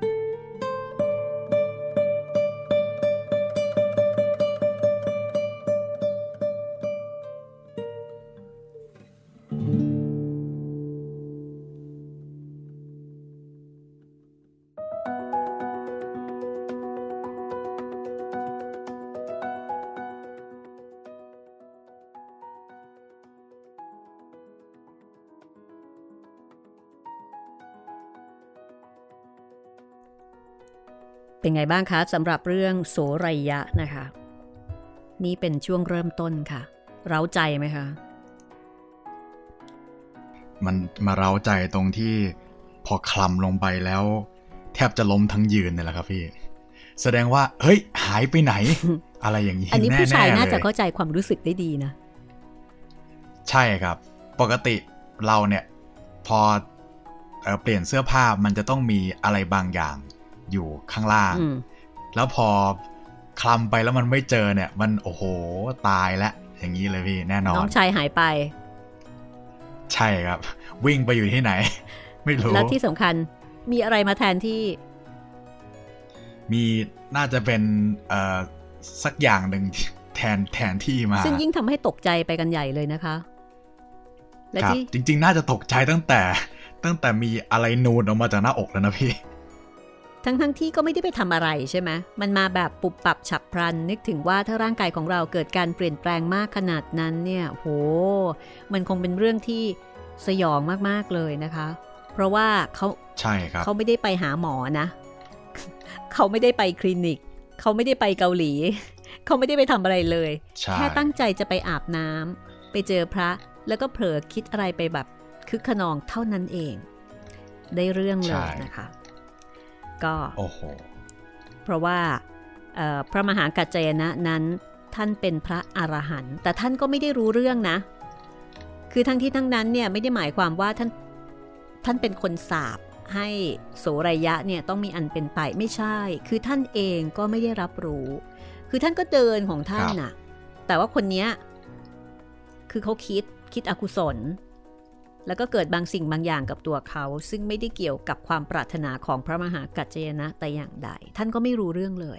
เป็นไงบ้างคะสำหรับเรื่องโสไรยะนะคะนี่เป็นช่วงเริ่มต้นค่ะเร้าใจไหมคะมันมาเร้าใจตรงที่พอคลำลงไปแล้วแทบจะล้มทั้งยืนเนี่ยแหละครับพี่แสดงว่าเฮ้ยหายไปไหน อะไรอย่างนี้อันนี้ผู้ชายน่าจะเข้าใจใจความรู้สึกได้ดีนะใช่ครับปกติเราเนี่ยพอเอ่อเปลี่ยนเสื้อผ้ามันจะต้องมีอะไรบางอย่างอยู่ข้างล่างแล้วพอคลำไปแล้วมันไม่เจอเนี่ยมันโอ้โหตายแล้วอย่างนี้เลยพี่แน่นอนน้องชายหายไปใช่ครับวิ่งไปอยู่ที่ไหนไม่รู้แล้วที่สำคัญมีอะไรมาแทนที่มีน่าจะเป็นเอ่อสักอย่างหนึ่งแทนแทนที่มาซึ่งยิ่งทำให้ตกใจไปกันใหญ่เลยนะคะและที่จริงๆน่าจะตกใจตั้งแต่ตั้งแต่มีอะไรนูนออกมาจากหน้าอกแล้วนะพี่ทั้งทั้งที่ก็ไม่ได้ไปทำอะไรใช่ไหมมันมาแบบปุบปับฉับพลันนึกถึงว่าถ้าร่างกายของเราเกิดการเปลี่ยนแปลงมากขนาดนั้นเนี่ยโหมันคงเป็นเรื่องที่สยองมากๆเลยนะคะเพราะว่าเขาใช่ครับเขาไม่ได้ไปหาหมอนะเขาไม่ได้ไปคลินิกเขาไม่ได้ไปเกาหลีเขาไม่ได้ไปทำอะไรเลยแค่ตั้งใจจะไปอาบน้ำไปเจอพระแล้วก็เผลอคิดอะไรไปแบบคึกขนองเท่านั้นเองได้เรื่องเลยนะคะก็โอ้โหเพราะว่าพระมหากัจจายนะนั้นท่านเป็นพระอรหันต์แต่ท่านก็ไม่ได้รู้เรื่องนะคือทั้งที่ทั้งนั้นเนี่ยไม่ได้หมายความว่าท่านท่านเป็นคนสาปให้โสรยะเนี่ยต้องมีอันเป็นไปไม่ใช่คือท่านเองก็ไม่ได้รับรู้คือท่านก็เดินของท่านน่ะแต่ว่าคนเนี้ยคือเขาคิดคิดอกุศลแล้วก็เกิดบางสิ่งบางอย่างกับตัวเขาซึ่งไม่ได้เกี่ยวกับความปรารถนาของพระมหากัจจายนะแต่อย่างใดท่านก็ไม่รู้เรื่องเลย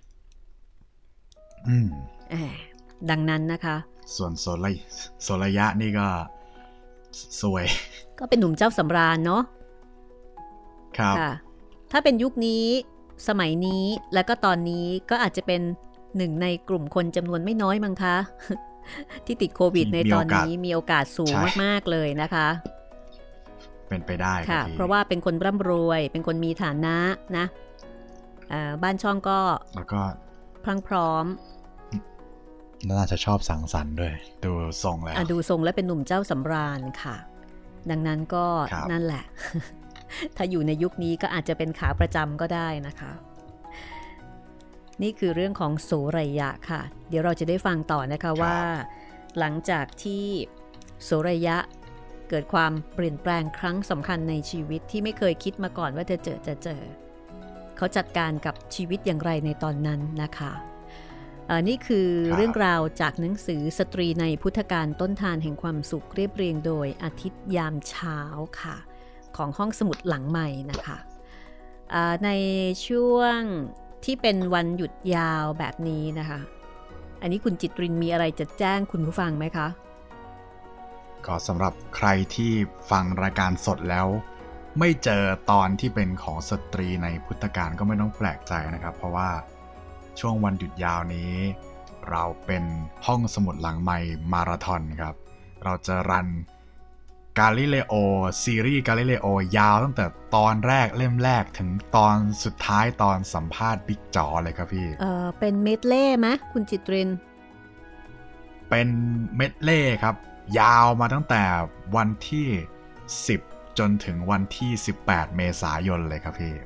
อืมดังนั้นนะคะส่วนโสรยโสรยะนี่ก็สวยก็เป็นหนุ่มเจ้าสำราญเนาะครับค่ะถ้าเป็นยุคนี้สมัยนี้แล้วก็ตอนนี้ก็อาจจะเป็นหนึ่งในกลุ่มคนจำนวนไม่น้อยมั้งคะที่ติดโควิดในตอนนี้มีโอกาสสูงมากๆเลยนะคะเป็นไปได้ค่ะเพราะว่าเป็นคนร่ำรวยเป็นคนมีฐานะนะบ้านช่องก็แล้วก็พรั่งพร้อมน่าจะชอบสังสรรค์ด้วยดูทรงแล้วดูทรงแล้วเป็นหนุ่มเจ้าสำราญค่ะดังนั้นก็นั่นแหละถ้าอยู่ในยุคนี้ก็อาจจะเป็นขาประจำก็ได้นะคะนี่คือเรื่องของโสรยะค่ะเดี๋ยวเราจะได้ฟังต่อนะคะว่าหลังจากที่โสรยะเกิดความเปลี่ยนแปลงครั้งสำคัญในชีวิตที่ไม่เคยคิดมาก่อนว่าจะเจอจะเจอเขาจัดการกับชีวิตอย่างไรในตอนนั้นนะคะนี่คือเรื่องราวจากหนังสือสตรีในพุทธกาลต้นทานแห่งความสุขเรียบเรียงโดยอาทิตย์ยามเช้าค่ะของห้องสมุดหลังใหม่นะคะในช่วงที่เป็นวันหยุดยาวแบบนี้นะคะอันนี้คุณจิตรินมีอะไรจะแจ้งคุณผู้ฟังไหมคะก็สำหรับใครที่ฟังรายการสดแล้วไม่เจอตอนที่เป็นของสตรีในพุทธกาลก็ไม่ต้องแปลกใจนะครับเพราะว่าช่วงวันหยุดยาวนี้เราเป็นห้องสมุดหลังใหม่มาราธอนครับเราจะรันกาลิเลโอซีรีส์กาลิเลโอยาวตั้งแต่ตอนแรกเล่มแรกถึงตอนสุดท้ายตอนสัมภาษณ์บิ๊กจ๋อเลยครับพี่เออเป็นเมดเล่ไหมคุณจิตรินเป็นเมดเล่ครับยาวมาตั้งแต่วันที่สิบจนถึงวันที่สิบแปดเมษายนเลยครับพี่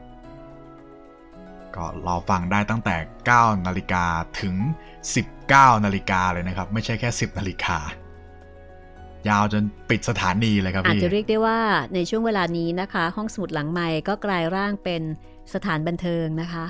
ก็รอฟังได้ตั้งแต่เก้านาฬิกาถึงสิบเก้านาฬิกาเลยนะครับไม่ใช่แค่สิบนาฬิกายาวจนปิดสถานีเลยครับพี่อาจจะเรียกได้ว่าในช่วงเวลานี้นะคะห้องสมุดหลังใหม่ก็กลายร่างเป็นสถานบันเทิงนะคะ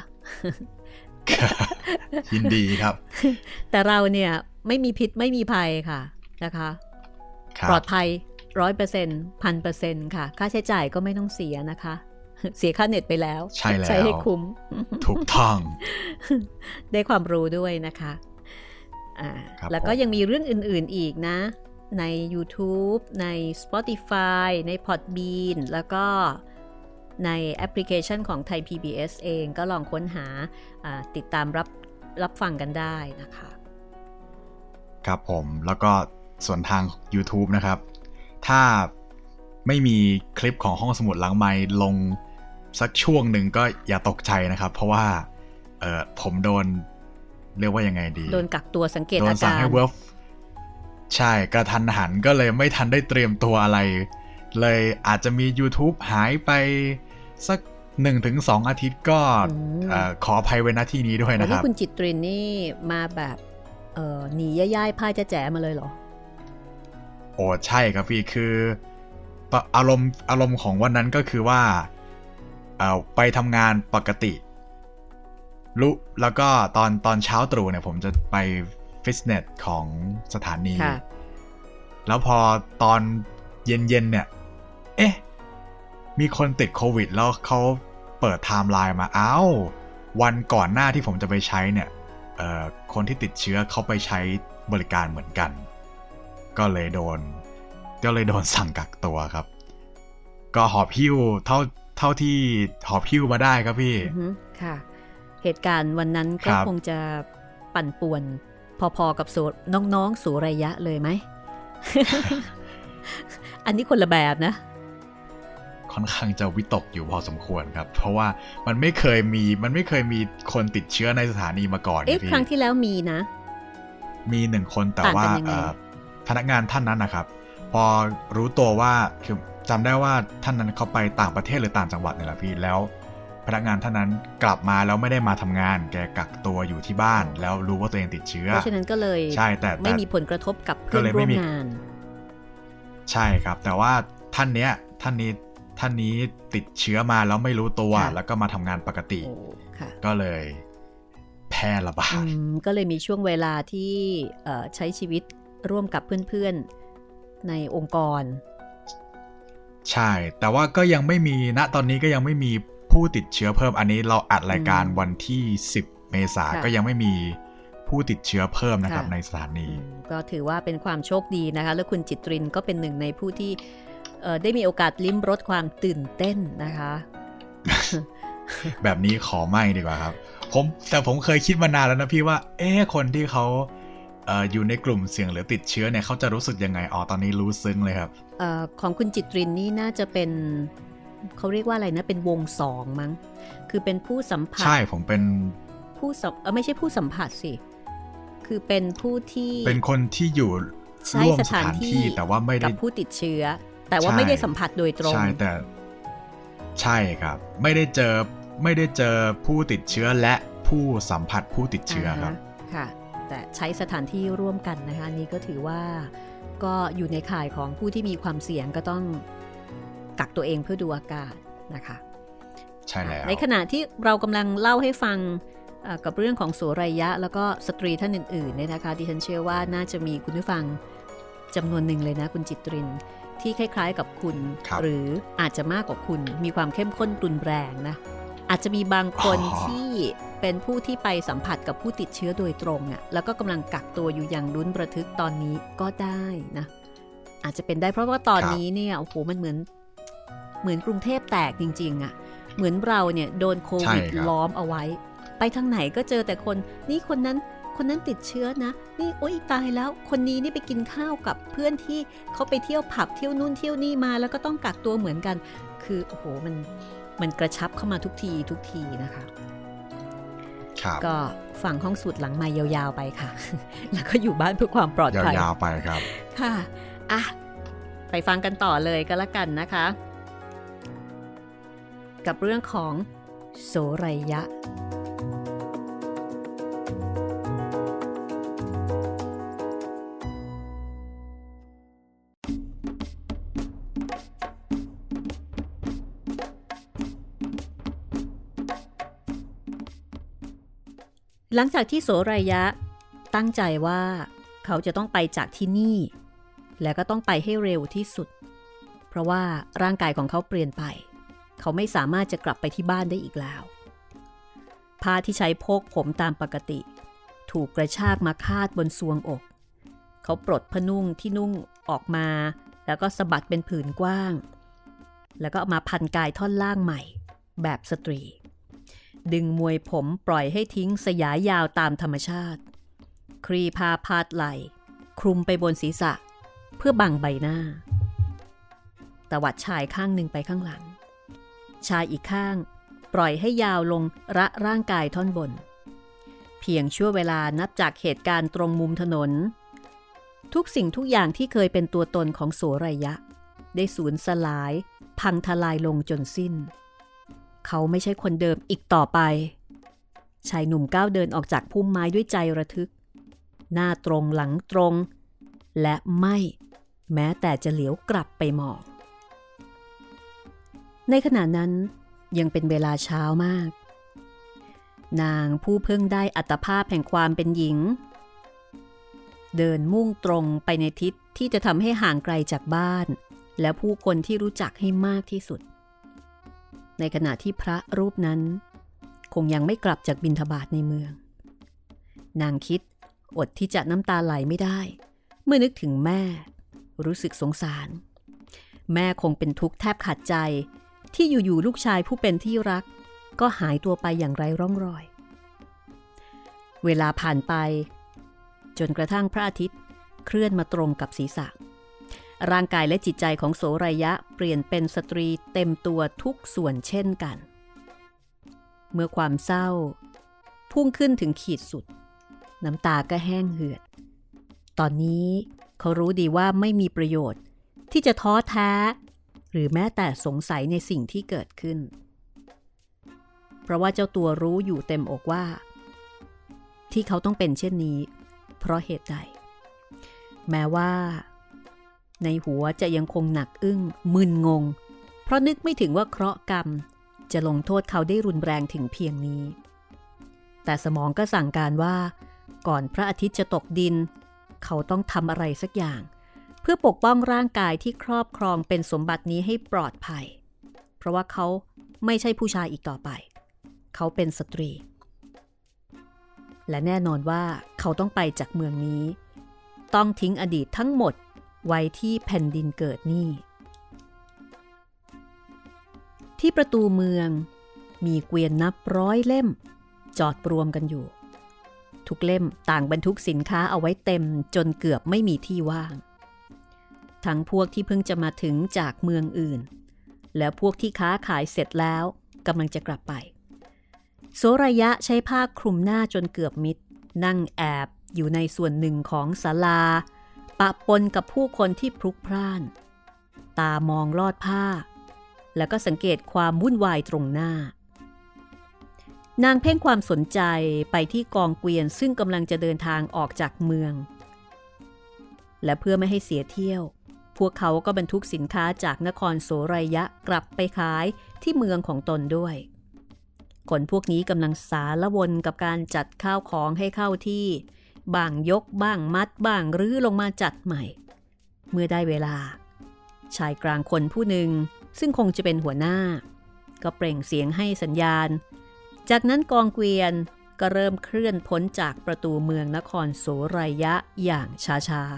ยินดีครับแต่เราเนี่ยไม่มีพิษไม่มีภัยค่ะนะคะปลอดภัย ร้อยเปอร์เซ็นต์ พันเปอร์เซ็นต์ ค่ะค่าใช้จ่ายก็ไม่ต้องเสียนะคะเสียค่าเน็ตไปแล้วใช่แล้วใช้ให้คุ้มถูกต้องได้ความรู้ด้วยนะคะอ่าแล้วก็ยังมีเรื่องอื่นๆอีกนะใน YouTube ใน Spotify ใน Podbean แล้วก็ในแอปพลิเคชันของไทย พี บี เอส เองก็ลองค้นหาติดตามรับรับฟังกันได้นะคะครับผมแล้วก็ส่วนทาง YouTube นะครับถ้าไม่มีคลิปของห้องสมุดหลังไมค์ลงสักช่วงหนึ่งก็อย่าตกใจนะครับเพราะว่าเอ่อผมโดนเรียกว่ายังไงดีโดนกักตัวสังเกตอาการโดนสั่งให้ work ใช่กระทันหันก็เลยไม่ทันได้เตรียมตัวอะไรเลยอาจจะมี YouTube หายไปสัก หนึ่งถึงสอง อาทิตย์ก็ขออภัยไว้ณที่นี้ด้วยนะครับนี่คุณจิตรินนี่มาแบบเอ่อหนีย่ายๆพ่ายจะแจ๋มาเลยเหรอโอ้ใช่ครับพี่คืออารมณ์อารมณ์ของวันนั้นก็คือว่าเอาไปทำงานปกติรู้แล้วก็ตอนตอนเช้าตรู่เนี่ยผมจะไปฟิตเนสของสถานีแล้วพอตอนเย็นๆเนี่ยเอ๊ะมีคนติดโควิดแล้วเขาเปิดไทม์ไลน์มาอ้าววันก่อนหน้าที่ผมจะไปใช้เนี่ยเอ่อคนที่ติดเชื้อเขาไปใช้บริการเหมือนกันก็เลยโดนก็เลยโดนสั่งกักตัวครับก็หอบหิ้วเท่าเท่าที่หอบหิ้วมาได้ครับพี่ค่ะเหตุการณ์วันนั้นก็คงจะปั่นป่วนพอๆกับน้องๆสุริยะเลยไหม อันนี้คนละแบบนะค่อนข้างจะวิตกอยู่พอสมควรครับเพราะว่ามันไม่เคยมีมันไม่เคยมีคนติดเชื้อในสถานีมาก่อนเอ๊ะครั้งที่แล้วมีนะมีหนึ่งคนแต่ว่าพนักงานท่านนั้นนะครับพอรู้ตัวว่าคือจำได้ว่าท่านนั้นเขาไปต่างประเทศหรือต่างจังหวัดนี่แหละพี่แล้วพนักงานท่านนั้นกลับมาแล้วไม่ได้มาทำงานแกกักตัวอยู่ที่บ้านแล้วรู้ว่าตัวเองติดเชื้อเพราะฉะนั้นก็เลยใช่แต่ไม่มีผลกระทบกับเพื่อนร่วมงานใช่ครับแต่ว่าท่านเนี้ยท่านนี้ท่านนี้ติดเชื้อมาแล้วไม่รู้ตัวแล้วก็มาทำงานปกติก็เลยแพร่ระบาดก็เลยมีช่วงเวลาที่ใช้ชีวิตร่วมกับเพื่อนๆในองค์กรใช่แต่ว่าก็ยังไม่มีณตอนนี้ก็ยังไม่มีผู้ติดเชื้อเพิ่มอันนี้เราอัดรายการวันที่สิบเมษายนก็ยังไม่มีผู้ติดเชื้อเพิ่มนะครับในสถานีก็ถือว่าเป็นความโชคดีนะคะแล้วคุณจิตรินก็เป็นหนึ่งในผู้ที่ได้มีโอกาสลิ้มรสความตื่นเต้นนะคะแบบนี้ขอไม่ดีกว่าครับผมแต่ผมเคยคิดมานานแล้วนะพี่ว่าเอ๊ะคนที่เขาเอ่ออยู่ในกลุ่มเสี่ยงหรือติดเชื้อเนี่ยเขาจะรู้สึกยังไงอ๋อตอนนี้รู้ซึ้งเลยครับเอ่อของคุณจิตรินนี่น่าจะเป็นเขาเรียกว่าอะไรนะเป็นวงสองมั้งคือเป็นผู้สัมผัสใช่ผมเป็นผู้สัมเออไม่ใช่ผู้สัมผัสสิคือเป็นผู้ที่เป็นคนที่อยู่ร่วมสถานที่แต่ว่าไม่ได้กับผู้ติดเชื้อแต่ว่าไม่ได้สัมผัสโดยตรงใช่แต่ใช่ครับไม่ได้เจอไม่ได้เจอผู้ติดเชื้อและผู้สัมผัสผู้ติดเชื้อครับค่ะแต่ใช้สถานที่ร่วมกันนะคะนี่ก็ถือว่าก็อยู่ในข่ายของผู้ที่มีความเสี่ยงก็ต้องกักตัวเองเพื่อดูอาการนะคะใช่แล้วในขณะที่เรากำลังเล่าให้ฟังกับเรื่องของสุริยะแล้วก็สตรีท่านอื่นๆเนี่ยนะคะดิฉันเชื่อว่าน่าจะมีคุณผู้ฟังจำนวนหนึ่งเลยนะคุณจิตรินที่คล้ายๆกับคุณหรืออาจจะมากกว่าคุณมีความเข้มข้นรุนแรงนะอาจจะมีบางคนที่เป็นผู้ที่ไปสัมผัสกับผู้ติดเชื้อโดยตรงอ่ะแล้วก็กำลังกักตัวอยู่อย่างลุ้นระทึกตอนนี้ก็ได้นะอาจจะเป็นได้เพราะว่าตอนนี้เนี่ยโอ้โหมันเหมือนเหมือนกรุงเทพแตกจริงๆอ่ะเหมือนเราเนี่ยโดนโควิดล้อมเอาไว้ไปทางไหนก็เจอแต่คนนี่คนนั้นคนนั้นติดเชื้อนะนี่โอ๊ยตายแล้วคนนี้นี่ไปกินข้าวกับเพื่อนที่เขาไปเที่ยวผับเที่ยวนู่นเที่ยวนี่มาแล้วก็ต้องกักตัวเหมือนกันคือโอ้โหมันมันกระชับเข้ามาทุกทีทุกทีนะคะก็ฝั่งห้องสูตรหลังไมค์ยาวๆไปค่ะแล้วก็อยู่บ้านเพื่อความปลอดภัยยาวๆไปครับค่ะอ่ะไปฟังกันต่อเลยก็แล้วกันนะคะกับเรื่องของโสริยะหลังจากที่โสริยะตั้งใจว่าเขาจะต้องไปจากที่นี่และก็ต้องไปให้เร็วที่สุดเพราะว่าร่างกายของเขาเปลี่ยนไปเขาไม่สามารถจะกลับไปที่บ้านได้อีกแล้วผ้าที่ใช้โพกผมตามปกติถูกกระชากมาคาดบนทรวงอกเขาปลดผ้านุ่งที่นุ่งออกมาแล้วก็สะบัดเป็นผืนกว้างแล้วก็เอามาพันกายท่อนล่างใหม่แบบสตรีดึงมวยผมปล่อยให้ทิ้งสยายยาวตามธรรมชาติครีพาพาดไหลคลุมไปบนศีรษะเพื่อบังใบหน้าตวัดชายข้างหนึ่งไปข้างหลังชายอีกข้างปล่อยให้ยาวลงระร่างกายท่อนบนเพียงชั่วเวลานับจากเหตุการณ์ตรงมุมถนนทุกสิ่งทุกอย่างที่เคยเป็นตัวตนของโสริยะได้สูญสลายพังทลายลงจนสิ้นเขาไม่ใช่คนเดิมอีกต่อไปชายหนุ่มก้าวเดินออกจากพุ่มไม้ด้วยใจระทึกหน้าตรงหลังตรงและไม่แม้แต่จะเหลียวกลับไปมองในขณะนั้นยังเป็นเวลาเช้ามากนางผู้เพิ่งได้อัตภาพแห่งความเป็นหญิงเดินมุ่งตรงไปในทิศที่จะทำให้ห่างไกลจากบ้านและผู้คนที่รู้จักให้มากที่สุดในขณะที่พระรูปนั้นคงยังไม่กลับจากบิณฑบาตในเมืองนางคิดอดที่จะน้ำตาไหลไม่ได้เมื่อนึกถึงแม่รู้สึกสงสารแม่คงเป็นทุกข์แทบขาดใจที่อยู่ๆลูกชายผู้เป็นที่รักก็หายตัวไปอย่างไร้ร่องรอยเวลาผ่านไปจนกระทั่งพระอาทิตย์เคลื่อนมาตรงกับศีรษะร่างกายและจิตใจของโสรายะเปลี่ยนเป็นสตรีเต็มตัวทุกส่วนเช่นกันเมื่อความเศร้าพุ่งขึ้นถึงขีดสุดน้ำตาก็แห้งเหือดตอนนี้เขารู้ดีว่าไม่มีประโยชน์ที่จะท้อแท้หรือแม้แต่สงสัยในสิ่งที่เกิดขึ้นเพราะว่าเจ้าตัวรู้อยู่เต็มอกว่าที่เขาต้องเป็นเช่นนี้เพราะเหตุใดแม้ว่าในหัวจะยังคงหนักอึ้งมึนงงเพราะนึกไม่ถึงว่าเคราะห์กรรมจะลงโทษเขาได้รุนแรงถึงเพียงนี้แต่สมองก็สั่งการว่าก่อนพระอาทิตย์จะตกดินเขาต้องทำอะไรสักอย่างเพื่อปกป้องร่างกายที่ครอบครองเป็นสมบัตินี้ให้ปลอดภัยเพราะว่าเขาไม่ใช่ผู้ชายอีกต่อไปเขาเป็นสตรีและแน่นอนว่าเขาต้องไปจากเมืองนี้ต้องทิ้งอดีตทั้งหมดไว้ที่แผ่นดินเกิดนี่ที่ประตูเมืองมีเกวียนนับร้อยเล่มจอดรวมกันอยู่ทุกเล่มต่างบรรทุกสินค้าเอาไว้เต็มจนเกือบไม่มีที่ว่างทั้งพวกที่เพิ่งจะมาถึงจากเมืองอื่นและพวกที่ค้าขายเสร็จแล้วกำลังจะกลับไปโสรายะใช้ผ้าคลุมหน้าจนเกือบมิดนั่งแอบอยู่ในส่วนหนึ่งของศาลาปะปนกับผู้คนที่พลุกพล่านตามองลอดผ้าแล้วก็สังเกตความวุ่นวายตรงหน้านางเพ่งความสนใจไปที่กองเกวียนซึ่งกำลังจะเดินทางออกจากเมืองและเพื่อไม่ให้เสียเที่ยวพวกเขาก็บรรทุกสินค้าจากนครโสรายะกลับไปขายที่เมืองของตนด้วยคนพวกนี้กำลังสารวนกับการจัดข้าวของให้เข้าที่บ้างยกบ้างมัดบ้างรื้อลงมาจัดใหม่เมื่อได้เวลาชายกลางคนผู้หนึ่งซึ่งคงจะเป็นหัวหน้าก็เปล่งเสียงให้สัญญาณจากนั้นกองเกวียนก็เริ่มเคลื่อนพ้นจากประตูเมืองนครโสรายะอย่างช้า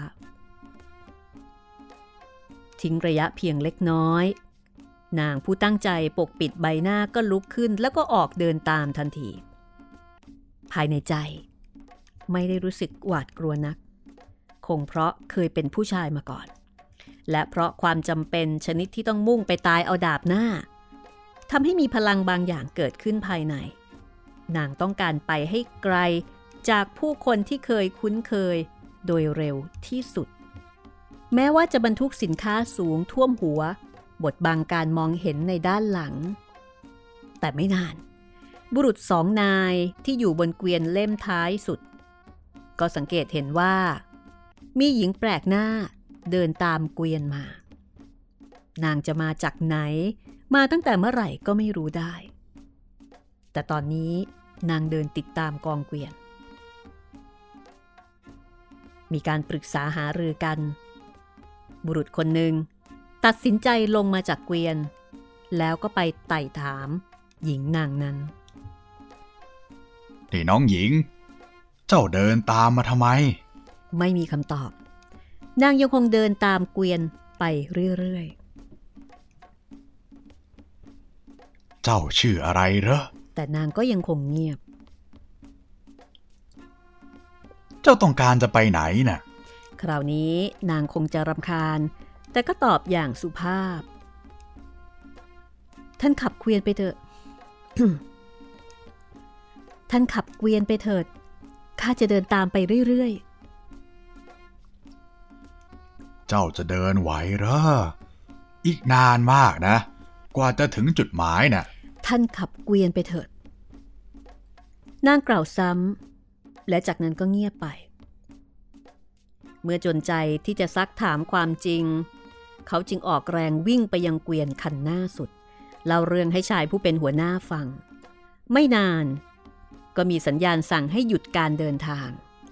ๆทิ้งระยะเพียงเล็กน้อยนางผู้ตั้งใจปกปิดใบหน้าก็ลุกขึ้นแล้วก็ออกเดินตามทันทีภายในใจไม่ได้รู้สึกหวาดกลัวนักคงเพราะเคยเป็นผู้ชายมาก่อนและเพราะความจำเป็นชนิดที่ต้องมุ่งไปตายเอาดาบหน้าทำให้มีพลังบางอย่างเกิดขึ้นภายในนางต้องการไปให้ไกลจากผู้คนที่เคยคุ้นเคยโดยเร็วที่สุดแม้ว่าจะบรรทุกสินค้าสูงท่วมหัวบดบังการมองเห็นในด้านหลังแต่ไม่นานบุรุษสองนายที่อยู่บนเกวียนเล่มท้ายสุดก็สังเกตเห็นว่ามีหญิงแปลกหน้าเดินตามเกวียนมานางจะมาจากไหนมาตั้งแต่เมื่อไหร่ก็ไม่รู้ได้แต่ตอนนี้นางเดินติดตามกองเกวียนมีการปรึกษาหารือกันบุรุษคนหนึ่งตัดสินใจลงมาจากเกวียนแล้วก็ไปไต่ถามหญิงนางนั้นนี่น้องหญิงเจ้าเดินตามมาทำไมไม่มีคำตอบนางยังคงเดินตามเกวียนไปเรื่อยๆเจ้าชื่ออะไรเหรอแต่นางก็ยังคงเงียบเจ้าต้องการจะไปไหนน่ะคราวนี้นางคงจะรำคาญแต่ก็ตอบอย่างสุภาพท่านขับเกวียนไปเถอะ ท่านขับเกวียนไปเถิดข้าจะเดินตามไปเรื่อยๆเจ้าจะเดินไหวเหรออีกนานมากนะกว่าจะถึงจุดหมายนะ่ะท่านขับเกวียนไปเถิดนางกล่าวซ้ำและจากนั้นก็เงียบไปเมื่อจนใจที่จะซักถามความจริงเขาจึงออกแรงวิ่งไปยังเกวียนคันหน้าสุดเล่าเรื่องให้ชายผู้เป็นหัวหน้าฟังไม่นานก็มีสัญญาณสั่งให้หยุดการเดินทาง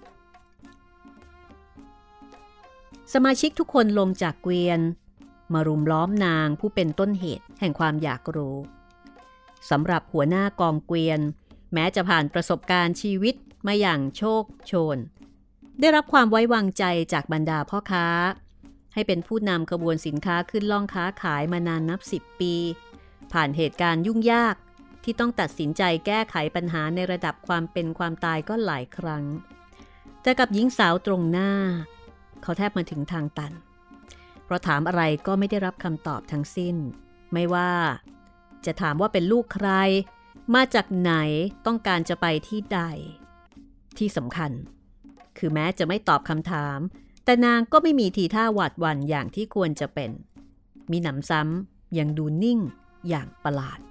สมาชิกทุกคนลงจากเกวียนมารุมล้อมนางผู้เป็นต้นเหตุแห่งความอยากรู้สำหรับหัวหน้ากองเกวียนแม้จะผ่านประสบการณ์ชีวิตมาอย่างโชคโชนได้รับความไว้วางใจจากบรรดาพ่อค้าให้เป็นผู้นำขบวนสินค้าขึ้นล่องค้าขายมานานนับสิบปีผ่านเหตุการณ์ยุ่งยากที่ต้องตัดสินใจแก้ไขปัญหาในระดับความเป็นความตายก็หลายครั้งแต่กับหญิงสาวตรงหน้าเขาแทบมาถึงทางตันเพราะถามอะไรก็ไม่ได้รับคำตอบทั้งสิ้นไม่ว่าจะถามว่าเป็นลูกใครมาจากไหนต้องการจะไปที่ใดที่สำคัญคือแม้จะไม่ตอบคำถามแต่นางก็ไม่มีทีท่าหวาดหวั่นอย่างที่ควรจะเป็นมีหนำซ้ำยังดูนิ่งอย่างประหลาด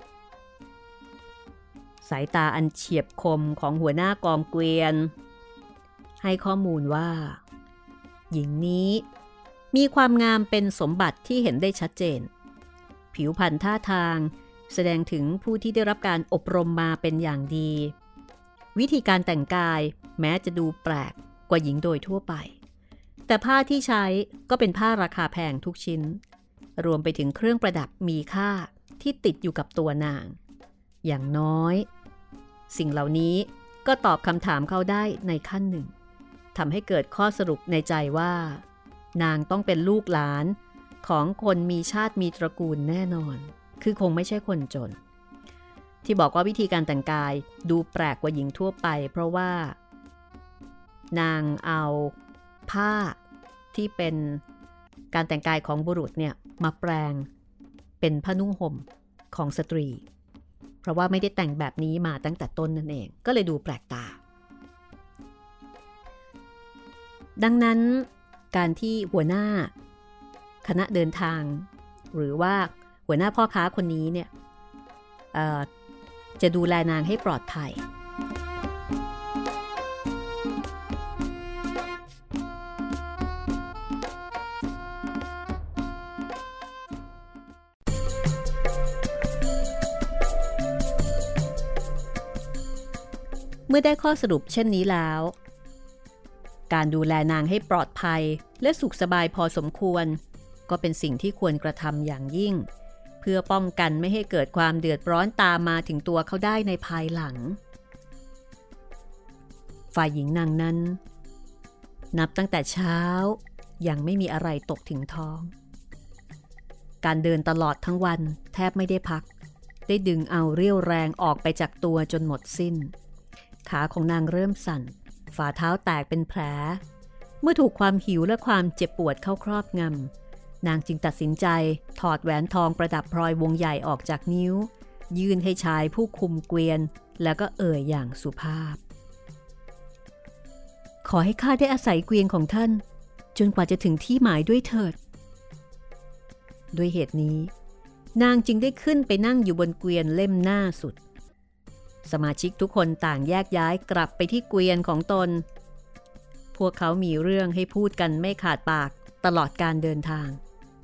สายตาอันเฉียบคมของหัวหน้ากองเกวียนให้ข้อมูลว่าหญิงนี้มีความงามเป็นสมบัติที่เห็นได้ชัดเจนผิวพรรณท่าทางแสดงถึงผู้ที่ได้รับการอบรมมาเป็นอย่างดีวิธีการแต่งกายแม้จะดูแปลกกว่าหญิงโดยทั่วไปแต่ผ้าที่ใช้ก็เป็นผ้าราคาแพงทุกชิ้นรวมไปถึงเครื่องประดับมีค่าที่ติดอยู่กับตัวนางอย่างน้อยสิ่งเหล่านี้ก็ตอบคำถามเขาได้ในขั้นหนึ่งทำให้เกิดข้อสรุปในใจว่านางต้องเป็นลูกหลานของคนมีชาติมีตระกูลแน่นอนคือคงไม่ใช่คนจนที่บอกว่าวิธีการแต่งกายดูแปลกกว่าหญิงทั่วไปเพราะว่านางเอาผ้าที่เป็นการแต่งกายของบุรุษเนี่ยมาแปลงเป็นผ้านุ่งห่มของสตรีเพราะว่าไม่ได้แต่งแบบนี้มาตั้งแต่ต้นนั่นเองก็เลยดูแปลกตาดังนั้นการที่หัวหน้าคณะเดินทางหรือว่าหัวหน้าพ่อค้าคนนี้เนี่ยจะดูแลนางให้ปลอดภัยเมื่อได้ข้อสรุปเช่นนี้แล้วการดูแลนางให้ปลอดภัยและสุขสบายพอสมควรก็เป็นสิ่งที่ควรกระทำอย่างยิ่งเพื่อป้องกันไม่ให้เกิดความเดือดร้อนตามมาถึงตัวเขาได้ในภายหลังฝ่ายหญิงนางนั้นนับตั้งแต่เช้ายังไม่มีอะไรตกถึงท้องการเดินตลอดทั้งวันแทบไม่ได้พักได้ดึงเอาเรี่ยวแรงออกไปจากตัวจนหมดสิ้นขาของนางเริ่มสั่นฝ่าเท้าแตกเป็นแผลเมื่อถูกความหิวและความเจ็บปวดเข้าครอบงำนางจึงตัดสินใจถอดแหวนทองประดับพลอยวงใหญ่ออกจากนิ้วยื่นให้ชายผู้คุมเกวียนแล้วก็เอ่ยอย่างสุภาพขอให้ข้าได้อาศัยเกวียนของท่านจนกว่าจะถึงที่หมายด้วยเถิดด้วยเหตุนี้นางจึงได้ขึ้นไปนั่งอยู่บนเกวียนเล่มหน้าสุดสมาชิกทุกคนต่างแยกย้ายกลับไปที่เกวียนของตนพวกเขามีเรื่องให้พูดกันไม่ขาดปากตลอดการเดินทาง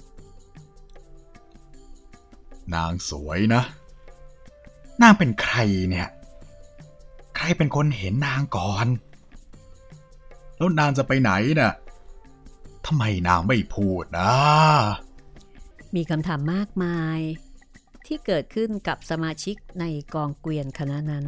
นางสวยนะนางเป็นใครเนี่ยใครเป็นคนเห็นนางก่อนแล้วนางจะไปไหนน่ะทำไมนางไม่พูดนะมีคำถามมากมายที่เกิดขึ้นกับสมาชิกในกองเกวียนคณะนั้น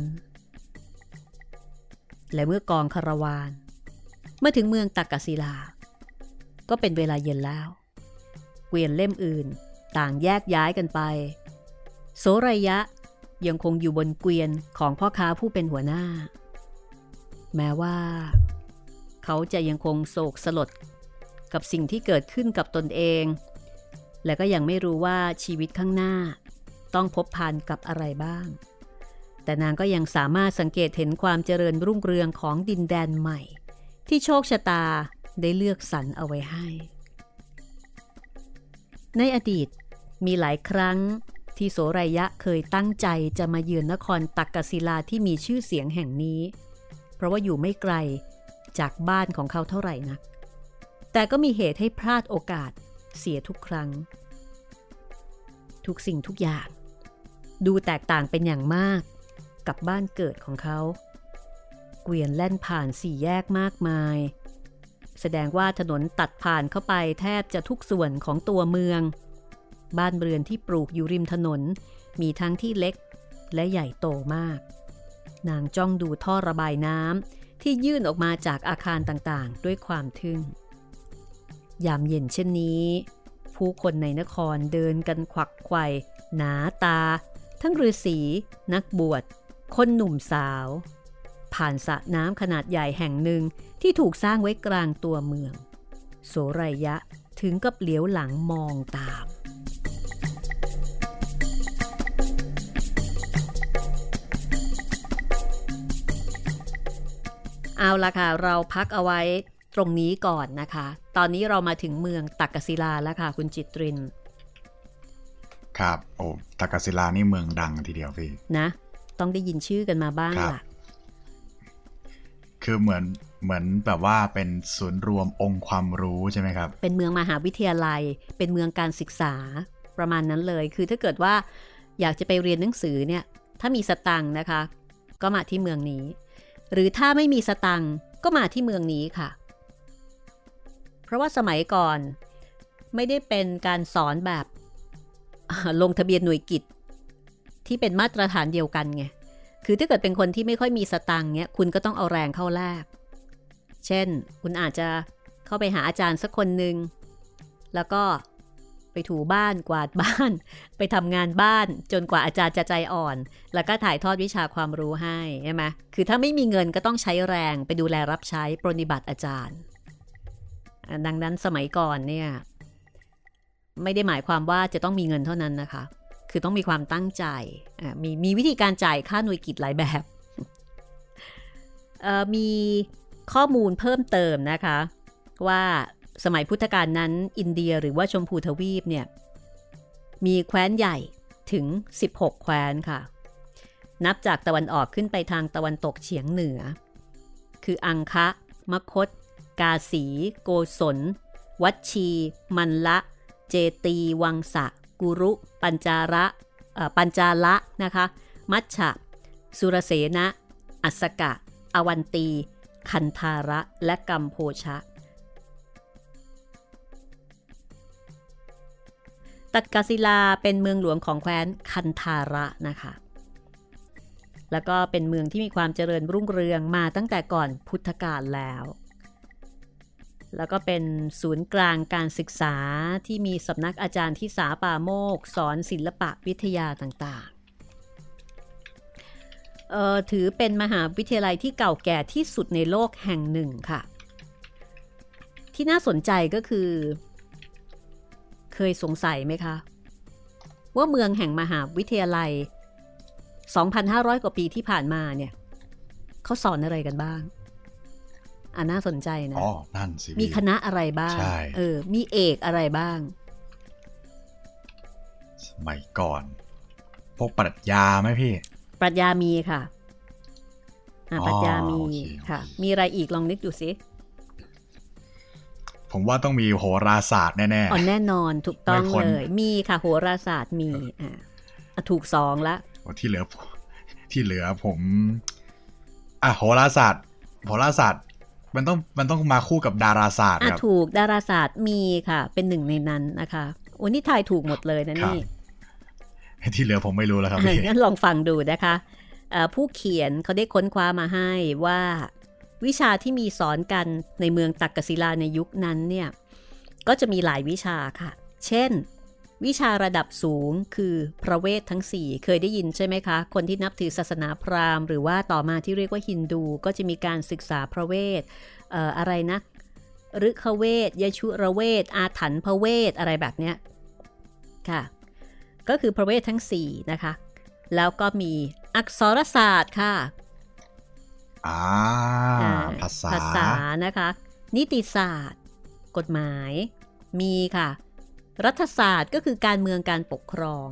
และเมื่อกองคาราวานเมื่อถึงเมืองตักกศิลาก็เป็นเวลาเย็นแล้วเกวียนเล่มอื่นต่างแยกย้ายกันไปโสรยะยังคงอยู่บนเกวียนของพ่อค้าผู้เป็นหัวหน้าแม้ว่าเขาจะยังคงโศกสลดกับสิ่งที่เกิดขึ้นกับตนเองและก็ยังไม่รู้ว่าชีวิตข้างหน้าต้องพบพานกับอะไรบ้างแต่นางก็ยังสามารถสังเกตเห็นความเจริญรุ่งเรืองของดินแดนใหม่ที่โชคชะตาได้เลือกสรรเอาไว้ให้ในอดีตมีหลายครั้งที่โสรายะเคยตั้งใจจะมาเยือนนครตักกศิลาที่มีชื่อเสียงแห่งนี้เพราะว่าอยู่ไม่ไกลจากบ้านของเขาเท่าไหร่นักแต่ก็มีเหตุให้พลาดโอกาสเสียทุกครั้งทุกสิ่งทุกอย่างดูแตกต่างเป็นอย่างมากกับบ้านเกิดของเขาเกวียนแล่นผ่านสี่แยกมากมายแสดงว่าถนนตัดผ่านเข้าไปแทบจะทุกส่วนของตัวเมืองบ้านเรือนที่ปลูกอยู่ริมถนนมีทั้งที่เล็กและใหญ่โตมากนางจ้องดูท่อระบายน้ำที่ยื่นออกมาจากอาคารต่างๆด้วยความทึ่งยามเย็นเช่นนี้ผู้คนในนครเดินกันขวักไขว่หนาตาทั้งฤาษีนักบวชคนหนุ่มสาวผ่านสระน้ำขนาดใหญ่แห่งหนึ่งที่ถูกสร้างไว้กลางตัวเมืองโสรายะถึงกับเหลียวหลังมองตามเอาล่ะค่ะเราพักเอาไว้ตรงนี้ก่อนนะคะตอนนี้เรามาถึงเมืองตักกศิลาแล้วค่ะคุณจิตรินครับโอ้ตักกศิลานี่เมืองดังทีเดียวพี่นะต้องได้ยินชื่อกันมาบ้างล่ะคือเหมือนเหมือนแบบว่าเป็นศูนย์รวมองค์ความรู้ใช่ไหมครับเป็นเมืองมหาวิทยาลัยเป็นเมืองการศึกษาประมาณนั้นเลยคือถ้าเกิดว่าอยากจะไปเรียนหนังสือเนี่ยถ้ามีสตังค์นะคะก็มาที่เมืองนี้หรือถ้าไม่มีสตังค์ก็มาที่เมืองนี้ค่ะเพราะว่าสมัยก่อนไม่ได้เป็นการสอนแบบลงทะเบียนหน่วยกิตที่เป็นมาตรฐานเดียวกันไงคือถ้าเกิดเป็นคนที่ไม่ค่อยมีสตังค์เนี่ยคุณก็ต้องเอาแรงเข้าแลกเช่นคุณอาจจะเข้าไปหาอาจารย์สักคนหนึ่งแล้วก็ไปถูบ้านกวาดบ้านไปทำงานบ้านจนกว่าอาจารย์จะใจอ่อนแล้วก็ถ่ายทอดวิชาความรู้ให้ใช่ไหมคือถ้าไม่มีเงินก็ต้องใช้แรงไปดูแลรับใช้ปรนนิบัติอาจารย์ดังนั้นสมัยก่อนเนี่ยไม่ได้หมายความว่าจะต้องมีเงินเท่านั้นนะคะคือต้องมีความตั้งใจมีมีวิธีการจ่ายค่าหน่วยกิตหลายแบบมีข้อมูลเพิ่มเติมนะคะว่าสมัยพุทธกาลนั้นอินเดียหรือว่าชมพูทวีปเนี่ยมีแคว้นใหญ่ถึงสิบหกแคว้นค่ะนับจากตะวันออกขึ้นไปทางตะวันตกเฉียงเหนือคืออังคะมคธกาสีโกศลวัชชีมันละเจตีวังสะกุรุปัญจาระปัญจาละนะคะมัชฉะสุรเสนะอัสสกะอวันตีคันธาระและกัมโพชะตักกศิลาเป็นเมืองหลวงของแคว้นคันธาระนะคะแล้วก็เป็นเมืองที่มีความเจริญรุ่งเรืองมาตั้งแต่ก่อนพุทธกาลแล้วแล้วก็เป็นศูนย์กลางการศึกษาที่มีสำนักอาจารย์ที่สาปาโมกสอนศิลปะวิทยาต่างๆเอ่อถือเป็นมหาวิทยาลัยที่เก่าแก่ที่สุดในโลกแห่งหนึ่งค่ะที่น่าสนใจก็คือเคยสงสัยไหมคะว่าเมืองแห่งมหาวิทยาลัย สองพันห้าร้อย กว่าปีที่ผ่านมาเนี่ยเขาสอนอะไรกันบ้างอ่ะน่าสนใจนะอ๋อนั่นสิมีคณะอะไรบ้างเออมีเอกอะไรบ้างสมัยก่อนพวกปรัชญาไหมพี่ปรัชญามีค่ะอ่ะปรัชญามีค่ะมีอะไรอีกลองนึกดูสิผมว่าต้องมีโหราศาสตร์แน่ๆอ๋อแน่นอนถูกต้องเลยมีค่ะโหราศาสตร์มีอ่ะถูกสองละที่เหลือที่เหลือผมอ่ะโหราศาสตร์โหราศาสตร์มันต้องมันต้องมาคู่กับดาราศาสตร์ครับถูกดาราศาสตร์มีค่ะเป็นหนึ่งในนั้นนะคะโอ้นี่ทายถูกหมดเลยนะนี่ที่เหลือผมไม่รู้แล้วครับงั้นลองฟังดูนะคะผู้เขียนเขาได้ค้นคว้ามาให้ว่าวิชาที่มีสอนกันในเมืองตักกศิลาในยุคนั้นเนี่ยก็จะมีหลายวิชาค่ะเช่นวิชาระดับสูงคือพระเวททั้งสี่เคยได้ยินใช่ไหมคะคนที่นับถือศาสนาพราหมณ์หรือว่าต่อมาที่เรียกว่าฮินดูก็จะมีการศึกษาพระเวท เอ่ออะไรนะฤคเวทยชุรเวทอาถรรพ์พระเวทอะไรแบบเนี้ยค่ะก็คือพระเวททั้งสี่นะคะแล้วก็มีอักษรศาสตร์ค่ะอ่าภาษาภาษานะคะนิติศาสตร์กฎหมายมีค่ะรัฐศาสตร์ก็คือการเมืองการปกครอง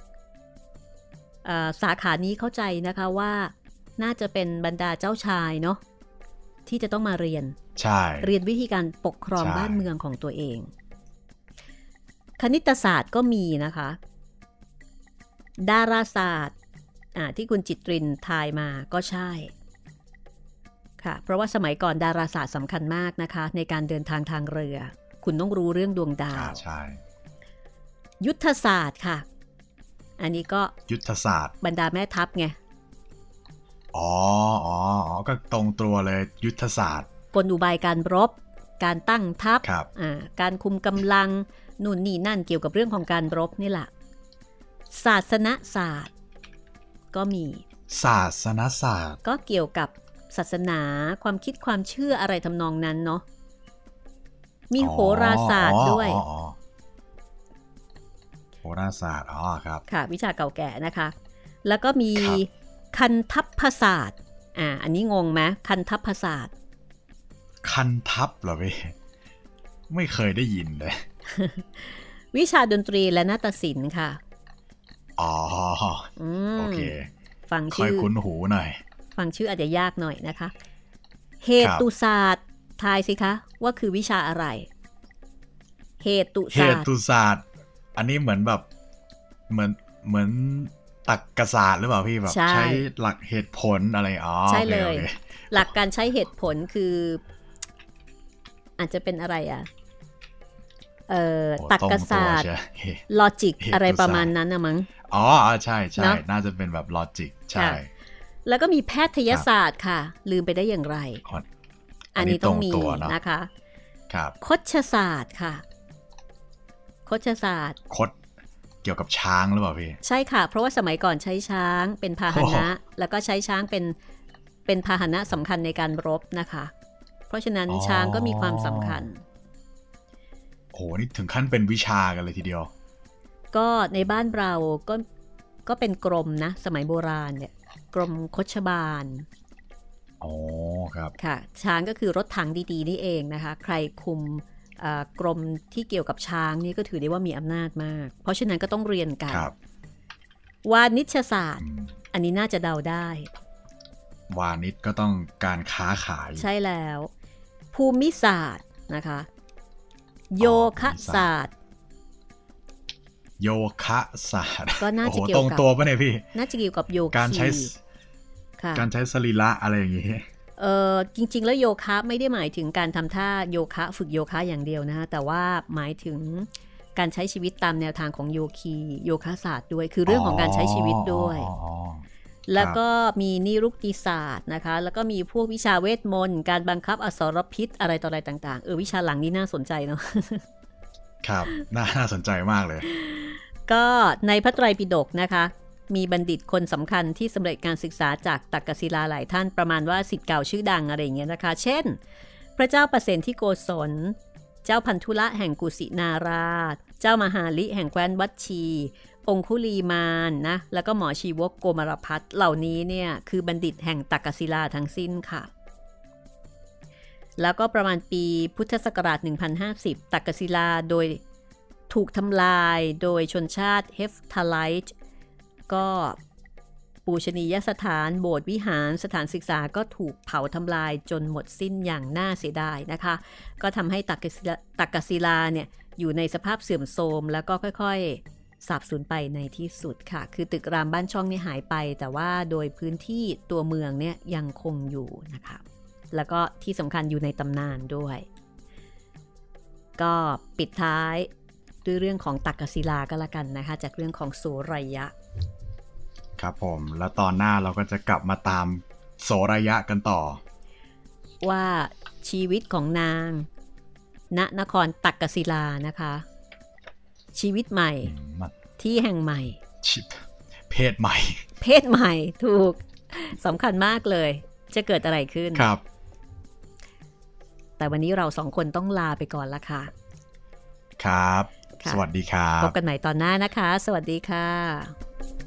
สาขานี้เข้าใจนะคะว่าน่าจะเป็นบรรดาเจ้าชายเนาะที่จะต้องมาเรียนใช่เรียนวิธีการปกครองบ้านเมืองของตัวเองคณิตศาสตร์ก็มีนะคะดาราศาสตร์ที่คุณจิตรินทายมาก็ใช่ค่ะเพราะว่าสมัยก่อนดาราศาสตร์สำคัญมากนะคะในการเดินทางทางเรือคุณต้องรู้เรื่องดวงดาวใช่ยุทธศาสตร์ค่ะอันนี้ก็ยุทธศาสตร์บรรดาแม่ทัพไงอ๋ออ๋ออ๋อก็ตรงตัวเลยยุทธศาสตร์กลอุบายการรบการตั้งทัพอ่าการคุมกำลังนู่นนี่นั่นเกี่ยวกับเรื่องของการรบนี่แหละศาสนศาสตร์ก็มีศาสนศาสตร์ก็เกี่ยวกับศาสนาความคิดความเชื่ออะไรทำนองนั้นเนาะมีโหราศาสตร์ด้วยโหราศาสตร์อ๋อครับค่ะวิชาเก่าแก่นะคะแล้วก็มีคันทัพศาสตร์อ่าอันนี้งงไหมคันทัพศาสตร์คันทัพเหรอพี่ไม่เคยได้ยินเลยวิชาดนตรีและนาฏศิลป์ค่ะอ๋อโอเคฟังชื่อค่อยคุ้นหูหน่อยฟังชื่ออาจจะยากหน่อยนะคะเหตุศาสตร์ทายสิคะว่าคือวิชาอะไรเหตุศาสตร์เหตุศาสตร์อันนี้เหมือนแบบเหมือนเหมือนตรรกศาสตร์หรือเปล่าพี่แบบใช้หลักเหตุผลอะไรอ๋อใช่เลยหลักการใช้เหตุผลคืออาจจะเป็นอะไรอ่ะเอ่อตรรกศาสตร์ลอจิกอะไรประมาณนั้นนะมั้งอ๋อใช่ใช่น่าจะเป็นแบบลอจิกใช่แล้วก็มีแพทยศาสตร์ค่ะลืมไปได้อย่างไรอันนี้ต้องมีนะคะครับคชศาสตร์ค่ะคชศาสตร์คดเกี่ยวกับช้างหรือเปล่าพี่ใช่ค่ะเพราะว่าสมัยก่อนใช้ช้างเป็นพาหนะแล้วก็ใช้ช้างเป็นเป็นพาหนะสำคัญในการรบนะคะเพราะฉะนั้นช้างก็มีความสำคัญโอ้โหนี่ถึงขั้นเป็นวิชากันเลยทีเดียวก็ในบ้านเราก็ก็เป็นกรมนะสมัยโบราณเนี่ยกรมคชบาลอ๋อครับค่ะช้างก็คือรถถังดีๆนี่เองนะคะใครคุมกรมที่เกี่ยวกับช้างนี่ก็ถือได้ว่ามีอำนาจมากเพราะฉะนั้นก็ต้องเรียนกันวานิชศาสตร์อันนี้น่าจะเดาได้วานิชก็ต้องการค้าขายใช่แล้วภูมิศาสตร์นะคะโยคะศาสตร์โยคะศาสตร์ก็น่าจะเกี่ยวกับตรงตัวป่ะเนี่ยพี่น่าจะเกี่ยวกับโยคีการใช้การใช้สรีระอะไรอย่างงี้เออจริงๆแล้วโยคะไม่ได้หมายถึงการทำท่าโยคะฝึกโยคะอย่างเดียวนะคะแต่ว่าหมายถึงการใช้ชีวิตตามแนวทางของโยคีโยคะศาสตร์ด้วยคือเรื่องของการใช้ชีวิตด้วยแล้วก็มีนิรุกติศาสตร์นะคะแล้วก็มีพวกวิชาเวทมนต์การบังคับอสรพิษอะไรต่ออะไรต่างๆเออวิชาหลังนี้น่าสนใจเนาะครับน่าน่าสนใจมากเลยก็ในพระไตรปิฎกนะคะมีบัณฑิตคนสำคัญที่สำเร็จการศึกษาจากตักกศิลาหลายท่านประมาณว่าศิษย์เก่าชื่อดังอะไรอย่างเงี้ยนะคะเช่นพระเจ้าประเสนที่โกศลเจ้าพันธุละแห่งกุสินาราชเจ้ามหาลิแห่งแคว้นวัชชีองคุลีมานนะแล้วก็หมอชีวกโกมารพัฒน์เหล่านี้เนี่ยคือบัณฑิตแห่งตักกศิลาทั้งสิ้นค่ะแล้วก็ประมาณปีพุทธศักราชหนึ่งพันห้าสิบตักกศิลาโดยถูกทำลายโดยชนชาติเฮฟทาไลท์ก็ปูชนียสถานโบสถ์วิหารสถานศึกษาก็ถูกเผาทำลายจนหมดสิ้นอย่างน่าเสียดายนะคะก็ทำให้ตักกศิลาตักกศิลาเนี่ยอยู่ในสภาพเสื่อมโทรมแล้วก็ค่อยๆสาบสูญไปในที่สุดค่ะคือตึกรามบ้านช่องนี่หายไปแต่ว่าโดยพื้นที่ตัวเมืองเนี่ยยังคงอยู่นะคะแล้วก็ที่สำคัญอยู่ในตำนานด้วยก็ปิดท้ายด้วยเรื่องของตักกศิลาก็แล้วกันนะคะจากเรื่องของโสรยะครับผมแล้วตอนหน้าเราก็จะกลับมาตามโสรยะกันต่อว่าชีวิตของนางณนครตักกศิลานะคะชีวิตใหม่ที่แห่งใหม่เพศใหม่เพศใหม่ถูกสำคัญมากเลยจะเกิดอะไรขึ้นครับแต่วันนี้เราสองคนต้องลาไปก่อนละค่ะครับสวัสดีครับพบกันใหม่ตอนหน้านะคะสวัสดีค่ะ